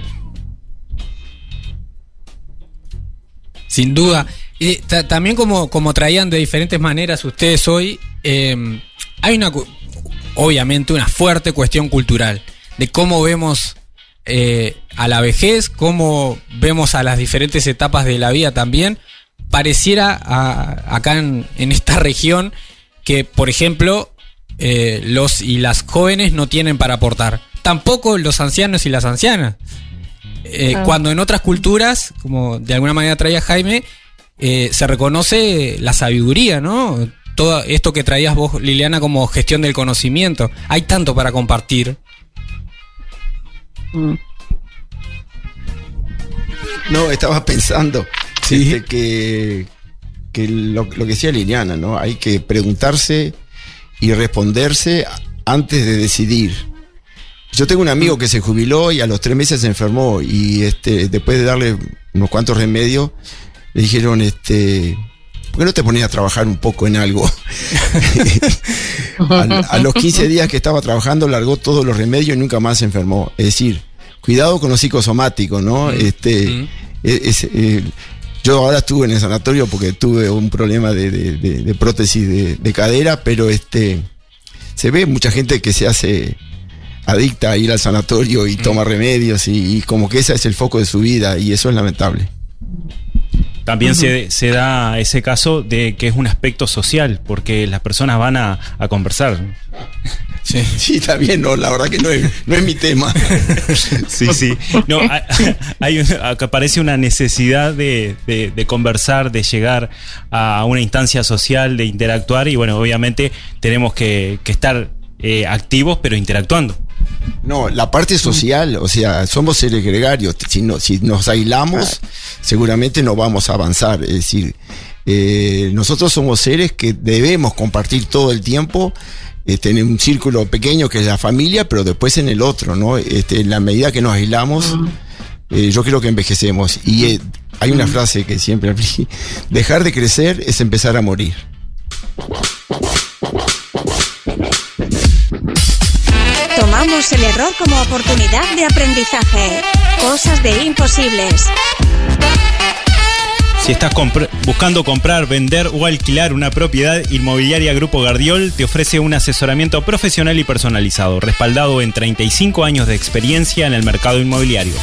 Sin duda. También como traían de diferentes maneras ustedes hoy, hay obviamente una fuerte cuestión cultural de cómo vemos a la vejez, cómo vemos a las diferentes etapas de la vida también. Pareciera acá en esta región que, por ejemplo, los y las jóvenes no tienen para aportar. Tampoco los ancianos y las ancianas. Cuando en otras culturas, como de alguna manera traía Jaime, se reconoce la sabiduría, ¿no? Todo esto que traías vos, Liliana, como gestión del conocimiento. Hay tanto para compartir. No, estaba pensando que lo que decía Liliana, ¿no? Hay que preguntarse y responderse antes de decidir. Yo tengo un amigo que se jubiló y a los 3 meses se enfermó y después de darle unos cuantos remedios le dijeron, ¿por qué no te ponías a trabajar un poco en algo? A los 15 días que estaba trabajando largó todos los remedios y nunca más se enfermó. Es decir, cuidado con lo psicosomático, ¿no? Yo ahora estuve en el sanatorio porque tuve un problema de prótesis de cadera, pero se ve mucha gente que se hace adicta a ir al sanatorio y toma remedios y como que ese es el foco de su vida y eso es lamentable. también se da ese caso de que es un aspecto social, porque las personas van a conversar. Sí, está bien, no, la verdad que no es mi tema. Sí. No, acá aparece una necesidad de conversar, de llegar a una instancia social, de interactuar, y bueno, obviamente tenemos que estar activos, pero interactuando. No, la parte social, o sea, somos seres gregarios. Si nos aislamos, seguramente no vamos a avanzar. Es decir, nosotros somos seres que debemos compartir todo el tiempo. En un círculo pequeño que es la familia, pero después en el otro, ¿no? En la medida que nos aislamos, yo creo que envejecemos. Y hay una frase que siempre aplico: dejar de crecer es empezar a morir. Tomamos el error como oportunidad de aprendizaje. Cosas de imposibles. Si estás buscando comprar, vender o alquilar una propiedad, Inmobiliaria Grupo Gardiol te ofrece un asesoramiento profesional y personalizado, respaldado en 35 años de experiencia en el mercado inmobiliario.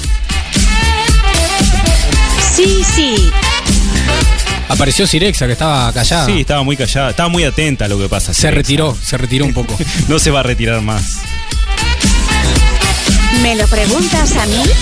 Sí. Apareció Cirexa, que estaba callada. Sí, estaba muy callada, estaba muy atenta a lo que pasa. Se retiró un poco. No se va a retirar más. ¿Me lo preguntas a mí?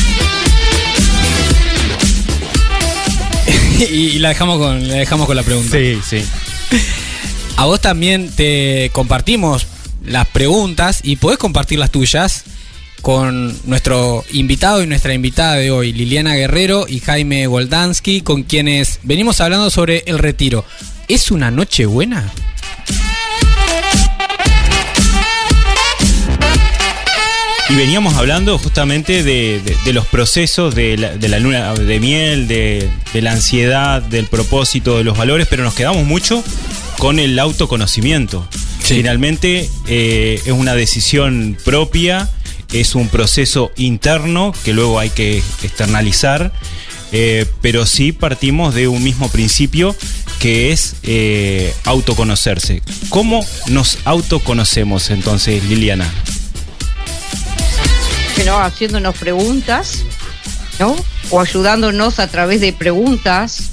Y la dejamos con la pregunta. Sí. A vos también te compartimos las preguntas y podés compartir las tuyas con nuestro invitado y nuestra invitada de hoy, Liliana Guerrero y Jaime Goldansky, con quienes venimos hablando sobre el retiro. ¿Es una noche buena? Y veníamos hablando justamente de los procesos de la luna de miel, de la ansiedad, del propósito, de los valores, pero nos quedamos mucho con el autoconocimiento. Sí. Finalmente es una decisión propia, es un proceso interno que luego hay que externalizar, pero sí partimos de un mismo principio que es autoconocerse. ¿Cómo nos autoconocemos entonces, Liliana? ¿No? Haciéndonos preguntas, ¿no? O ayudándonos a través de preguntas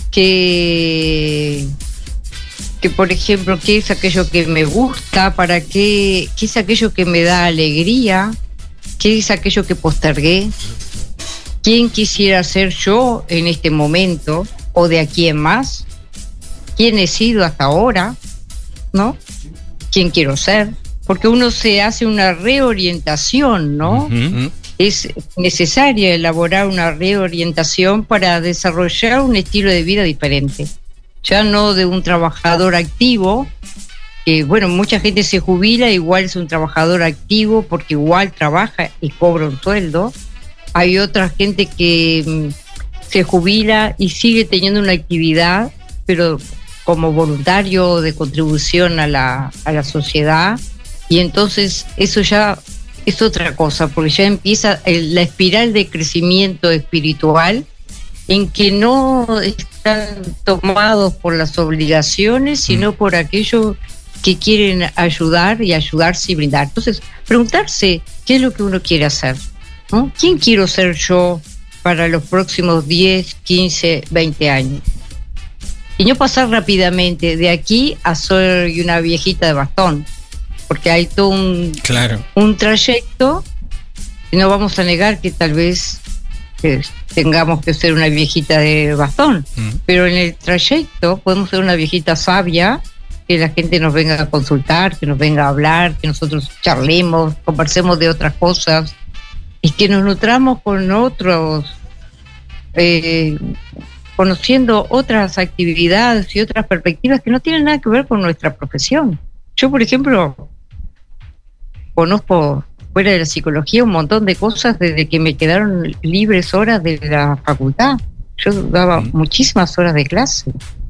que por ejemplo, ¿qué es aquello que me gusta? ¿Para qué? ¿Qué es aquello que me da alegría? ¿Qué es aquello que postergué? ¿Quién quisiera ser yo en este momento? ¿O de aquí en más? ¿Quién he sido hasta ahora? ¿No? ¿Quién quiero ser? Porque uno se hace una reorientación, ¿no? Uh-huh. Es necesaria elaborar una reorientación para desarrollar un estilo de vida diferente. Ya no de un trabajador activo, que bueno, mucha gente se jubila, igual es un trabajador activo porque igual trabaja y cobra un sueldo. Hay otra gente que se jubila y sigue teniendo una actividad, pero como voluntario de contribución a la sociedad. Y entonces eso ya es otra cosa, porque ya empieza la espiral de crecimiento espiritual en que no están tomados por las obligaciones, sino por aquellos que quieren ayudar y ayudarse y brindar. Entonces, preguntarse qué es lo que uno quiere hacer, ¿no? ¿Quién quiero ser yo para los próximos 10, 15, 20 años? Y no pasar rápidamente de aquí a soy una viejita de bastón, porque hay todo un trayecto, y no vamos a negar que tal vez tengamos que ser una viejita de bastón, pero en el trayecto podemos ser una viejita sabia, que la gente nos venga a consultar, que nos venga a hablar, que nosotros charlemos, conversemos de otras cosas, y que nos nutramos con otros, conociendo otras actividades y otras perspectivas que no tienen nada que ver con nuestra profesión. Yo, por ejemplo, conozco fuera de la psicología un montón de cosas desde que me quedaron libres horas de la facultad. Yo daba muchísimas horas de clase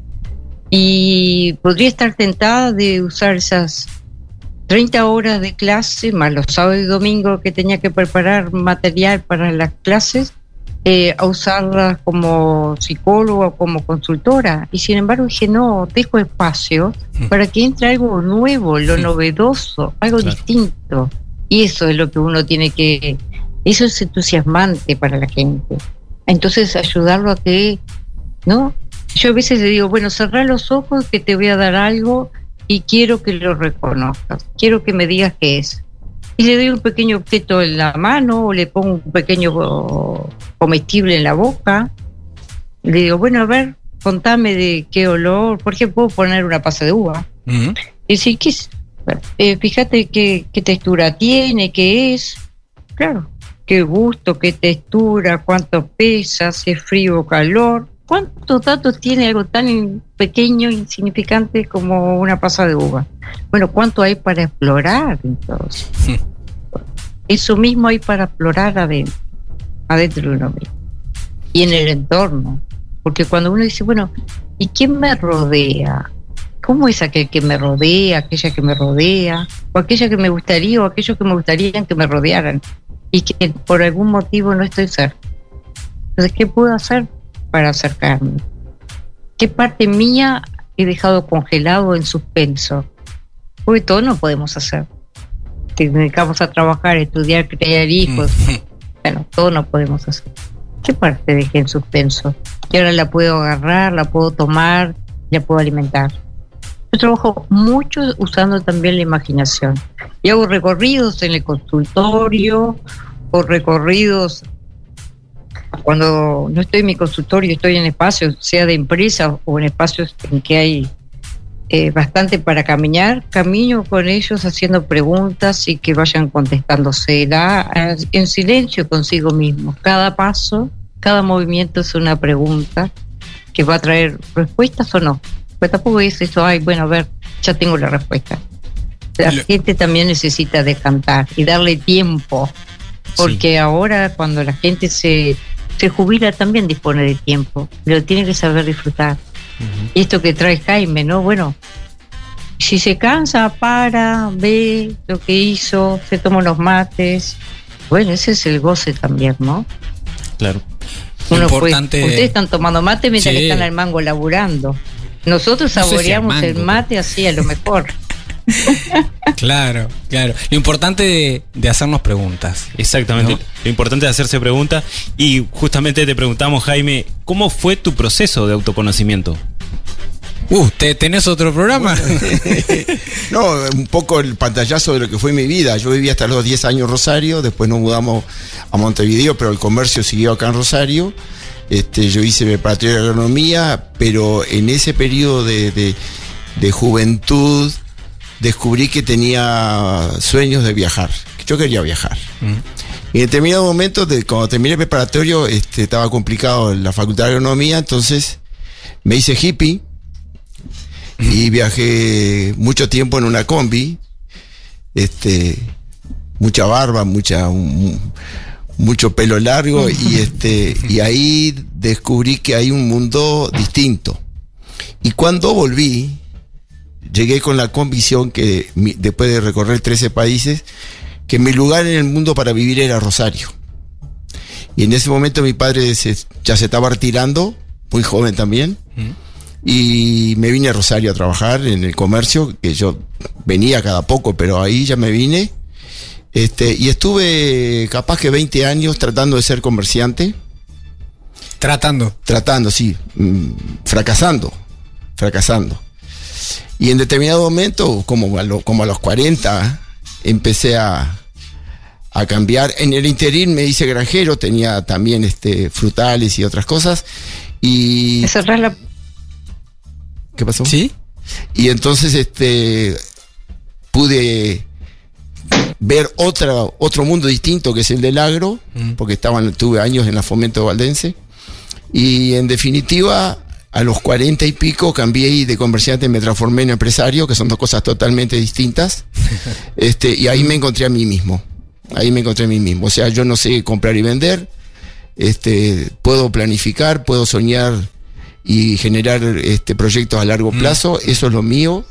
y podría estar tentada de usar esas 30 horas de clase más los sábados y domingos que tenía que preparar material para las clases, a usarlas como psicóloga o como consultora. Y sin embargo dije, no, dejo espacio para que entre algo nuevo, lo novedoso, algo distinto. Y eso es lo que uno tiene que... Eso es entusiasmante para la gente. Entonces ayudarlo a que ¿no? Yo a veces le digo, bueno, cerrá los ojos que te voy a dar algo y quiero que lo reconozcas, quiero que me digas qué es. Y le doy un pequeño objeto en la mano o le pongo un pequeño comestible en la boca. Le digo, bueno, a ver, contame de qué olor. Por ejemplo, puedo poner una pasa de uva. Uh-huh. Y decir, ¿qué es? Fíjate qué textura tiene, qué es. Claro, qué gusto, qué textura, cuánto pesa, si es frío o calor. ¿Cuántos datos tiene algo tan pequeño, insignificante como una pasa de uva? Bueno, ¿cuánto hay para explorar entonces? Sí. Eso mismo hay para explorar adentro de uno mismo y en el entorno. Porque cuando uno dice, bueno, ¿y quién me rodea? ¿Cómo es aquel que me rodea, aquella que me rodea? O aquella que me gustaría, o aquellos que me gustaría que me rodearan y que por algún motivo no estoy cerca. Entonces, ¿qué puedo hacer para acercarme? ¿Qué parte mía he dejado congelado en suspenso? Porque todo no podemos hacer. Si nos dedicamos a trabajar, estudiar, criar hijos, bueno, todo no podemos hacer. ¿Qué parte dejé en suspenso? Y ahora la puedo agarrar, la puedo tomar, la puedo alimentar. Yo trabajo mucho usando también la imaginación. Y hago recorridos en el consultorio, o recorridos cuando no estoy en mi consultorio, estoy en espacios, sea de empresa o en espacios en que hay bastante para caminar, camino con ellos haciendo preguntas y que vayan contestándose en silencio consigo mismo. Cada paso, cada movimiento es una pregunta que va a traer respuestas o no. Pues tampoco es eso, ay, bueno, a ver, ya tengo la respuesta. La gente también necesita descantar y darle tiempo, porque sí. Ahora cuando la gente se jubila también dispone de tiempo, pero tiene que saber disfrutar. Uh-huh. Y esto que trae Jaime, ¿no? Bueno, si se cansa, para, ve lo que hizo, se toma unos mates. Bueno, ese es el goce también, ¿no? Claro. Importante. Ustedes están tomando mate mientras que están al mango laburando. Nosotros saboreamos el mate así a lo mejor. Claro. Lo importante de hacernos preguntas. Exactamente, ¿no? Lo importante es hacerse preguntas. Y justamente te preguntamos, Jaime, ¿cómo fue tu proceso de autoconocimiento? ¿Tenés otro programa? No, un poco el pantallazo de lo que fue mi vida. Yo viví hasta los 10 años en Rosario, después nos mudamos a Montevideo, pero el comercio siguió acá en Rosario. Yo hice preparatoria de agronomía, pero en ese periodo de juventud descubrí que tenía sueños de viajar. Yo quería viajar. Y en determinado momento, cuando terminé el preparatorio, estaba complicado en la facultad de agronomía, entonces me hice hippie y viajé mucho tiempo en una combi, mucha barba, mucho pelo largo y ahí descubrí que hay un mundo distinto. Y cuando volví, llegué con la convicción que después de recorrer 13 países, que mi lugar en el mundo para vivir era Rosario. Y en ese momento mi padre ya se estaba retirando, muy joven también, y me vine a Rosario a trabajar en el comercio, que yo venía cada poco, pero ahí ya me vine. Y estuve capaz que 20 años tratando de ser comerciante. Tratando, sí. Fracasando. Y en determinado momento, como a los 40, empecé a cambiar. En el interín me hice granjero, tenía también frutales y otras cosas. Y ¿qué pasó? ¿Sí? Y entonces pude ver otro mundo distinto que es el del agro, porque tuve años en la Fomento Valdense, y en definitiva a los 40 y pico cambié y de comerciante me transformé en empresario, que son dos cosas totalmente distintas. Y ahí me encontré a mí mismo. O sea, yo no sé comprar y vender, puedo planificar, puedo soñar y generar proyectos a largo plazo, eso es lo mío.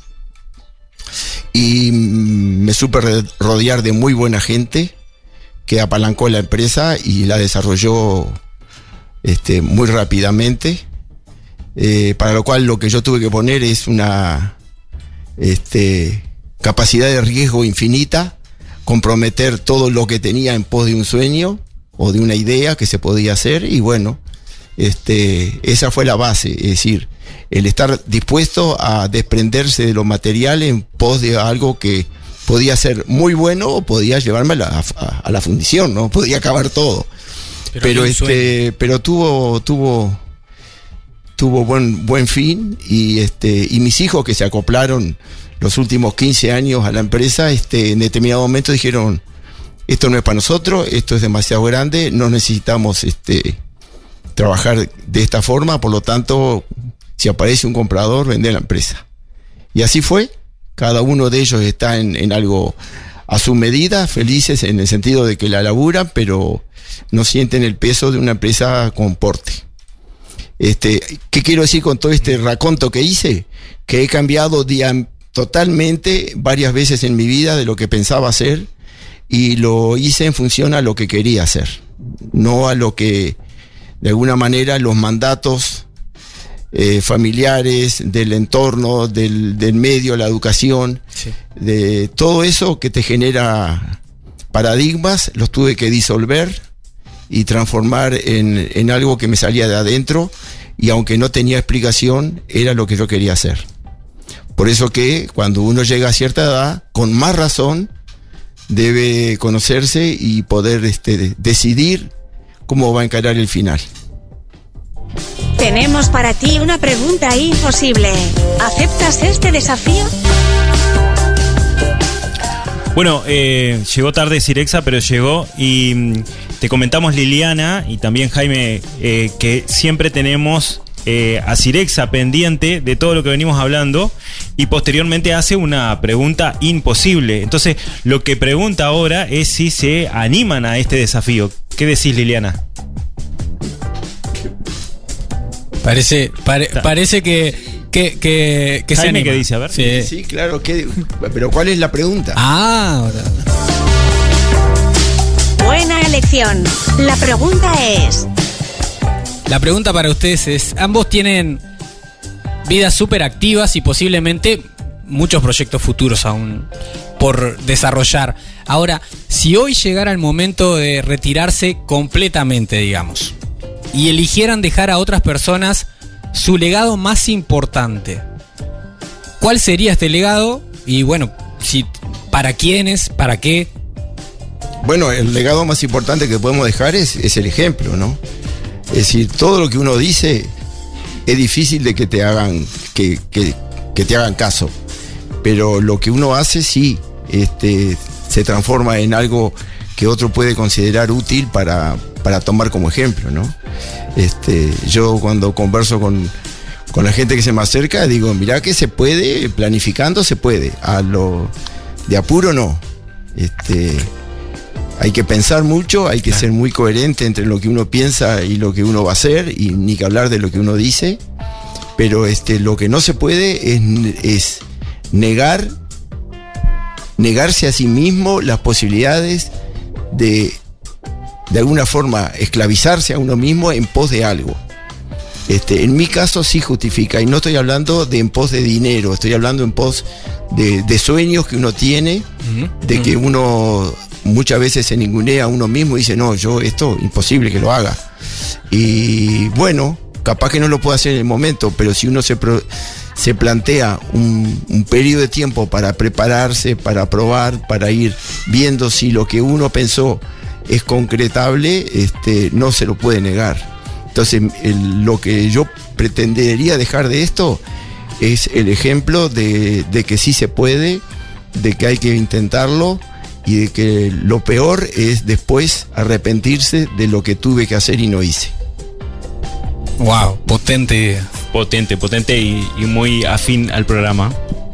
Y me supe rodear de muy buena gente que apalancó la empresa y la desarrolló muy rápidamente, para lo cual lo que yo tuve que poner es una capacidad de riesgo infinita, comprometer todo lo que tenía en pos de un sueño o de una idea que se podía hacer, y bueno, esa fue la base, es decir, el estar dispuesto a desprenderse de lo material en pos de algo que podía ser muy bueno o podía llevarme a la fundición, ¿no? Podía acabar todo. Pero tuvo buen fin, y mis hijos, que se acoplaron los últimos 15 años a la empresa, en determinado momento dijeron: esto no es para nosotros, esto es demasiado grande, no necesitamos trabajar de esta forma, por lo tanto, si aparece un comprador, vende la empresa. Y así fue. Cada uno de ellos está en algo a su medida, felices en el sentido de que la laburan, pero no sienten el peso de una empresa con porte. ¿Qué quiero decir con todo este raconto que hice? Que he cambiado totalmente varias veces en mi vida de lo que pensaba hacer, y lo hice en función a lo que quería hacer, no a lo que de alguna manera los mandatos familiares, del entorno, del medio, la educación, sí, de todo eso que te genera paradigmas, los tuve que disolver y transformar en algo que me salía de adentro, y aunque no tenía explicación, era lo que yo quería hacer. Por eso que cuando uno llega a cierta edad, con más razón, debe conocerse y poder decidir cómo va a encarar el final. Tenemos para ti una pregunta imposible. ¿Aceptas este desafío? Bueno, llegó tarde Cirexa, pero llegó, y te comentamos, Liliana y también Jaime, que siempre tenemos a Cirexa pendiente de todo lo que venimos hablando, y posteriormente hace una pregunta imposible. Entonces, lo que pregunta ahora es si se animan a este desafío. ¿Qué decís, Liliana? Parece que se Jaime, anima. ¿qué dice? A ver. Sí, claro. Pero ¿cuál es la pregunta? Buena elección. La pregunta es... La pregunta para ustedes es: ambos tienen vidas súper activas y posiblemente muchos proyectos futuros aún por desarrollar. Ahora, si hoy llegara el momento de retirarse completamente, digamos, y eligieran dejar a otras personas su legado más importante, ¿cuál sería este legado? Y bueno, ¿para quiénes? ¿Para qué? Bueno, el legado más importante que podemos dejar es el ejemplo, ¿no? Es decir, todo lo que uno dice es difícil de que te hagan que te hagan caso, pero lo que uno hace sí se transforma en algo que otro puede considerar útil para tomar como ejemplo, ¿no? Yo cuando converso con la gente que se me acerca, digo: mirá que se puede, planificando se puede, de apuro no. Hay que pensar mucho, hay que ser muy coherente entre lo que uno piensa y lo que uno va a hacer, y ni que hablar de lo que uno dice, pero lo que no se puede es negarse a sí mismo las posibilidades de alguna forma esclavizarse a uno mismo en pos de algo. En mi caso sí justifica, y no estoy hablando de en pos de dinero, estoy hablando en pos de sueños que uno tiene, de que uno muchas veces se ningunea a uno mismo y dice: no, yo esto imposible que lo haga. Y bueno, capaz que no lo puedo hacer en el momento, pero si uno se plantea un periodo de tiempo para prepararse, para probar, para ir viendo si lo que uno pensó es concretable, no se lo puede negar. Entonces, lo que yo pretendería dejar de esto es el ejemplo de que sí se puede, de que hay que intentarlo, y de que lo peor es después arrepentirse de lo que tuve que hacer y no hice. Wow, potente idea. Potente y muy afín al programa.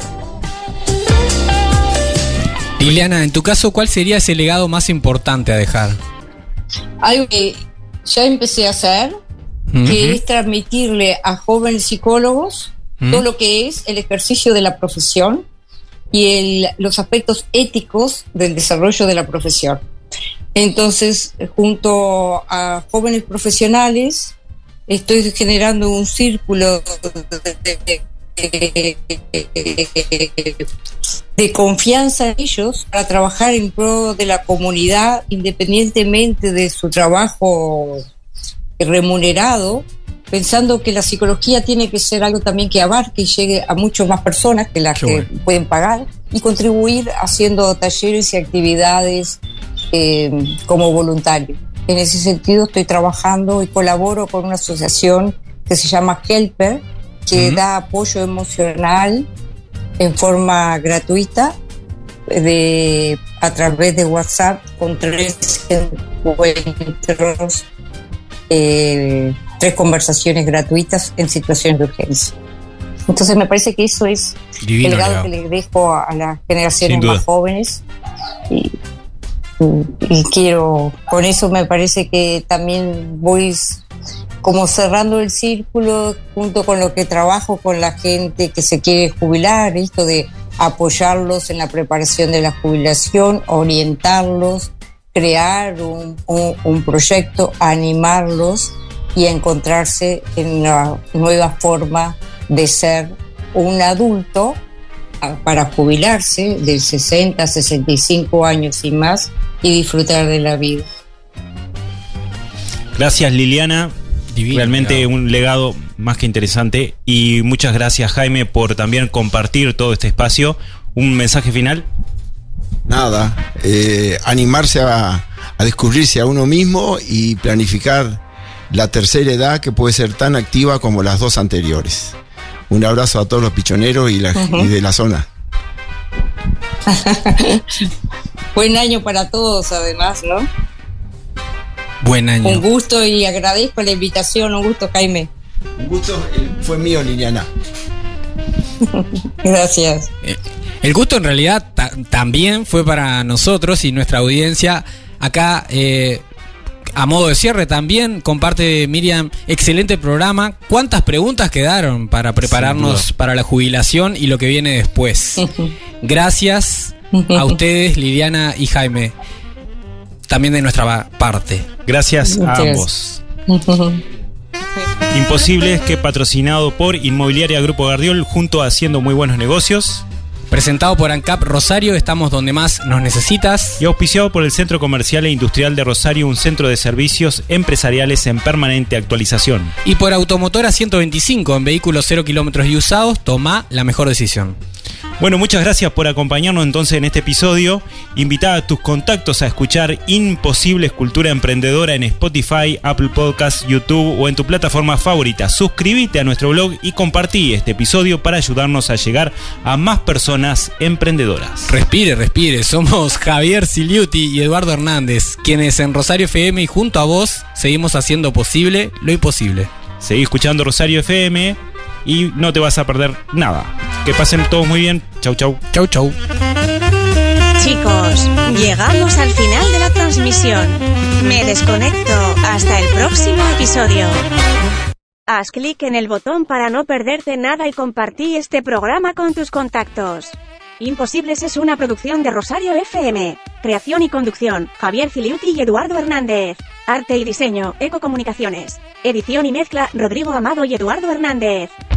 Liliana, en tu caso, ¿cuál sería ese legado más importante a dejar? Algo que ya empecé a hacer, que es transmitirle a jóvenes psicólogos todo lo que es el ejercicio de la profesión y los aspectos éticos del desarrollo de la profesión. Entonces, junto a jóvenes profesionales, estoy generando un círculo de confianza en ellos para trabajar en pro de la comunidad, independientemente de su trabajo remunerado, pensando que la psicología tiene que ser algo también que abarque y llegue a muchas más personas que las que pueden pagar, y contribuir haciendo talleres y actividades como voluntario. En ese sentido estoy trabajando y colaboro con una asociación que se llama Helper, que da apoyo emocional en forma gratuita a través de WhatsApp, con 3 encuentros, 3 conversaciones gratuitas en situaciones de urgencia. Entonces me parece que eso es divino, el legado que le dejo a las generaciones más jóvenes, y quiero, con eso me parece que también voy como cerrando el círculo junto con lo que trabajo con la gente que se quiere jubilar, esto de apoyarlos en la preparación de la jubilación, orientarlos, crear un proyecto, animarlos y encontrarse en una nueva forma de ser un adulto para jubilarse de 60, 65 años y más, y disfrutar de la vida. Gracias, Liliana. Divino, realmente un legado más que interesante. Y muchas gracias, Jaime, por también compartir todo este espacio. ¿Un mensaje final? Nada, animarse a descubrirse a uno mismo y planificar la tercera edad, que puede ser tan activa como las 2 anteriores. Un abrazo a todos los pichoneros y de la zona. Buen año para todos, además, ¿no? Buen año. Un gusto, y agradezco la invitación. Un gusto, Jaime. Un gusto fue mío, Liliana. Gracias. El gusto en realidad también fue para nosotros y nuestra audiencia. Acá, a modo de cierre también, comparte Miriam, excelente programa. ¿Cuántas preguntas quedaron para prepararnos para la jubilación y lo que viene después? Gracias a ustedes, Liliana y Jaime, también de nuestra parte. Gracias a ambos. Imposibles, que patrocinado por Inmobiliaria Grupo Gardiol, junto a Haciendo Muy Buenos Negocios. Presentado por ANCAP Rosario, estamos donde más nos necesitas. Y auspiciado por el Centro Comercial e Industrial de Rosario, un centro de servicios empresariales en permanente actualización. Y por Automotora 125, en vehículos 0 kilómetros y usados, toma la mejor decisión. Bueno, muchas gracias por acompañarnos entonces en este episodio. Invita a tus contactos a escuchar Imposibles Cultura Emprendedora en Spotify, Apple Podcasts, YouTube o en tu plataforma favorita. Suscríbete a nuestro blog y compartí este episodio para ayudarnos a llegar a más personas emprendedoras. Respire, respire. Somos Javier Siliuti y Eduardo Hernández, quienes en Rosario FM y junto a vos seguimos haciendo posible lo imposible. Seguí escuchando Rosario FM y no te vas a perder nada. Que pasen todos muy bien. Chau, chau. Chau, chau. Chicos, llegamos al final de la transmisión. Me desconecto. Hasta el próximo episodio. Haz clic en el botón para no perderte nada y compartí este programa con tus contactos. Imposibles es una producción de Rosario FM. Creación y conducción, Javier Filiuti y Eduardo Hernández. Arte y diseño, Ecocomunicaciones. Edición y mezcla, Rodrigo Amado y Eduardo Hernández.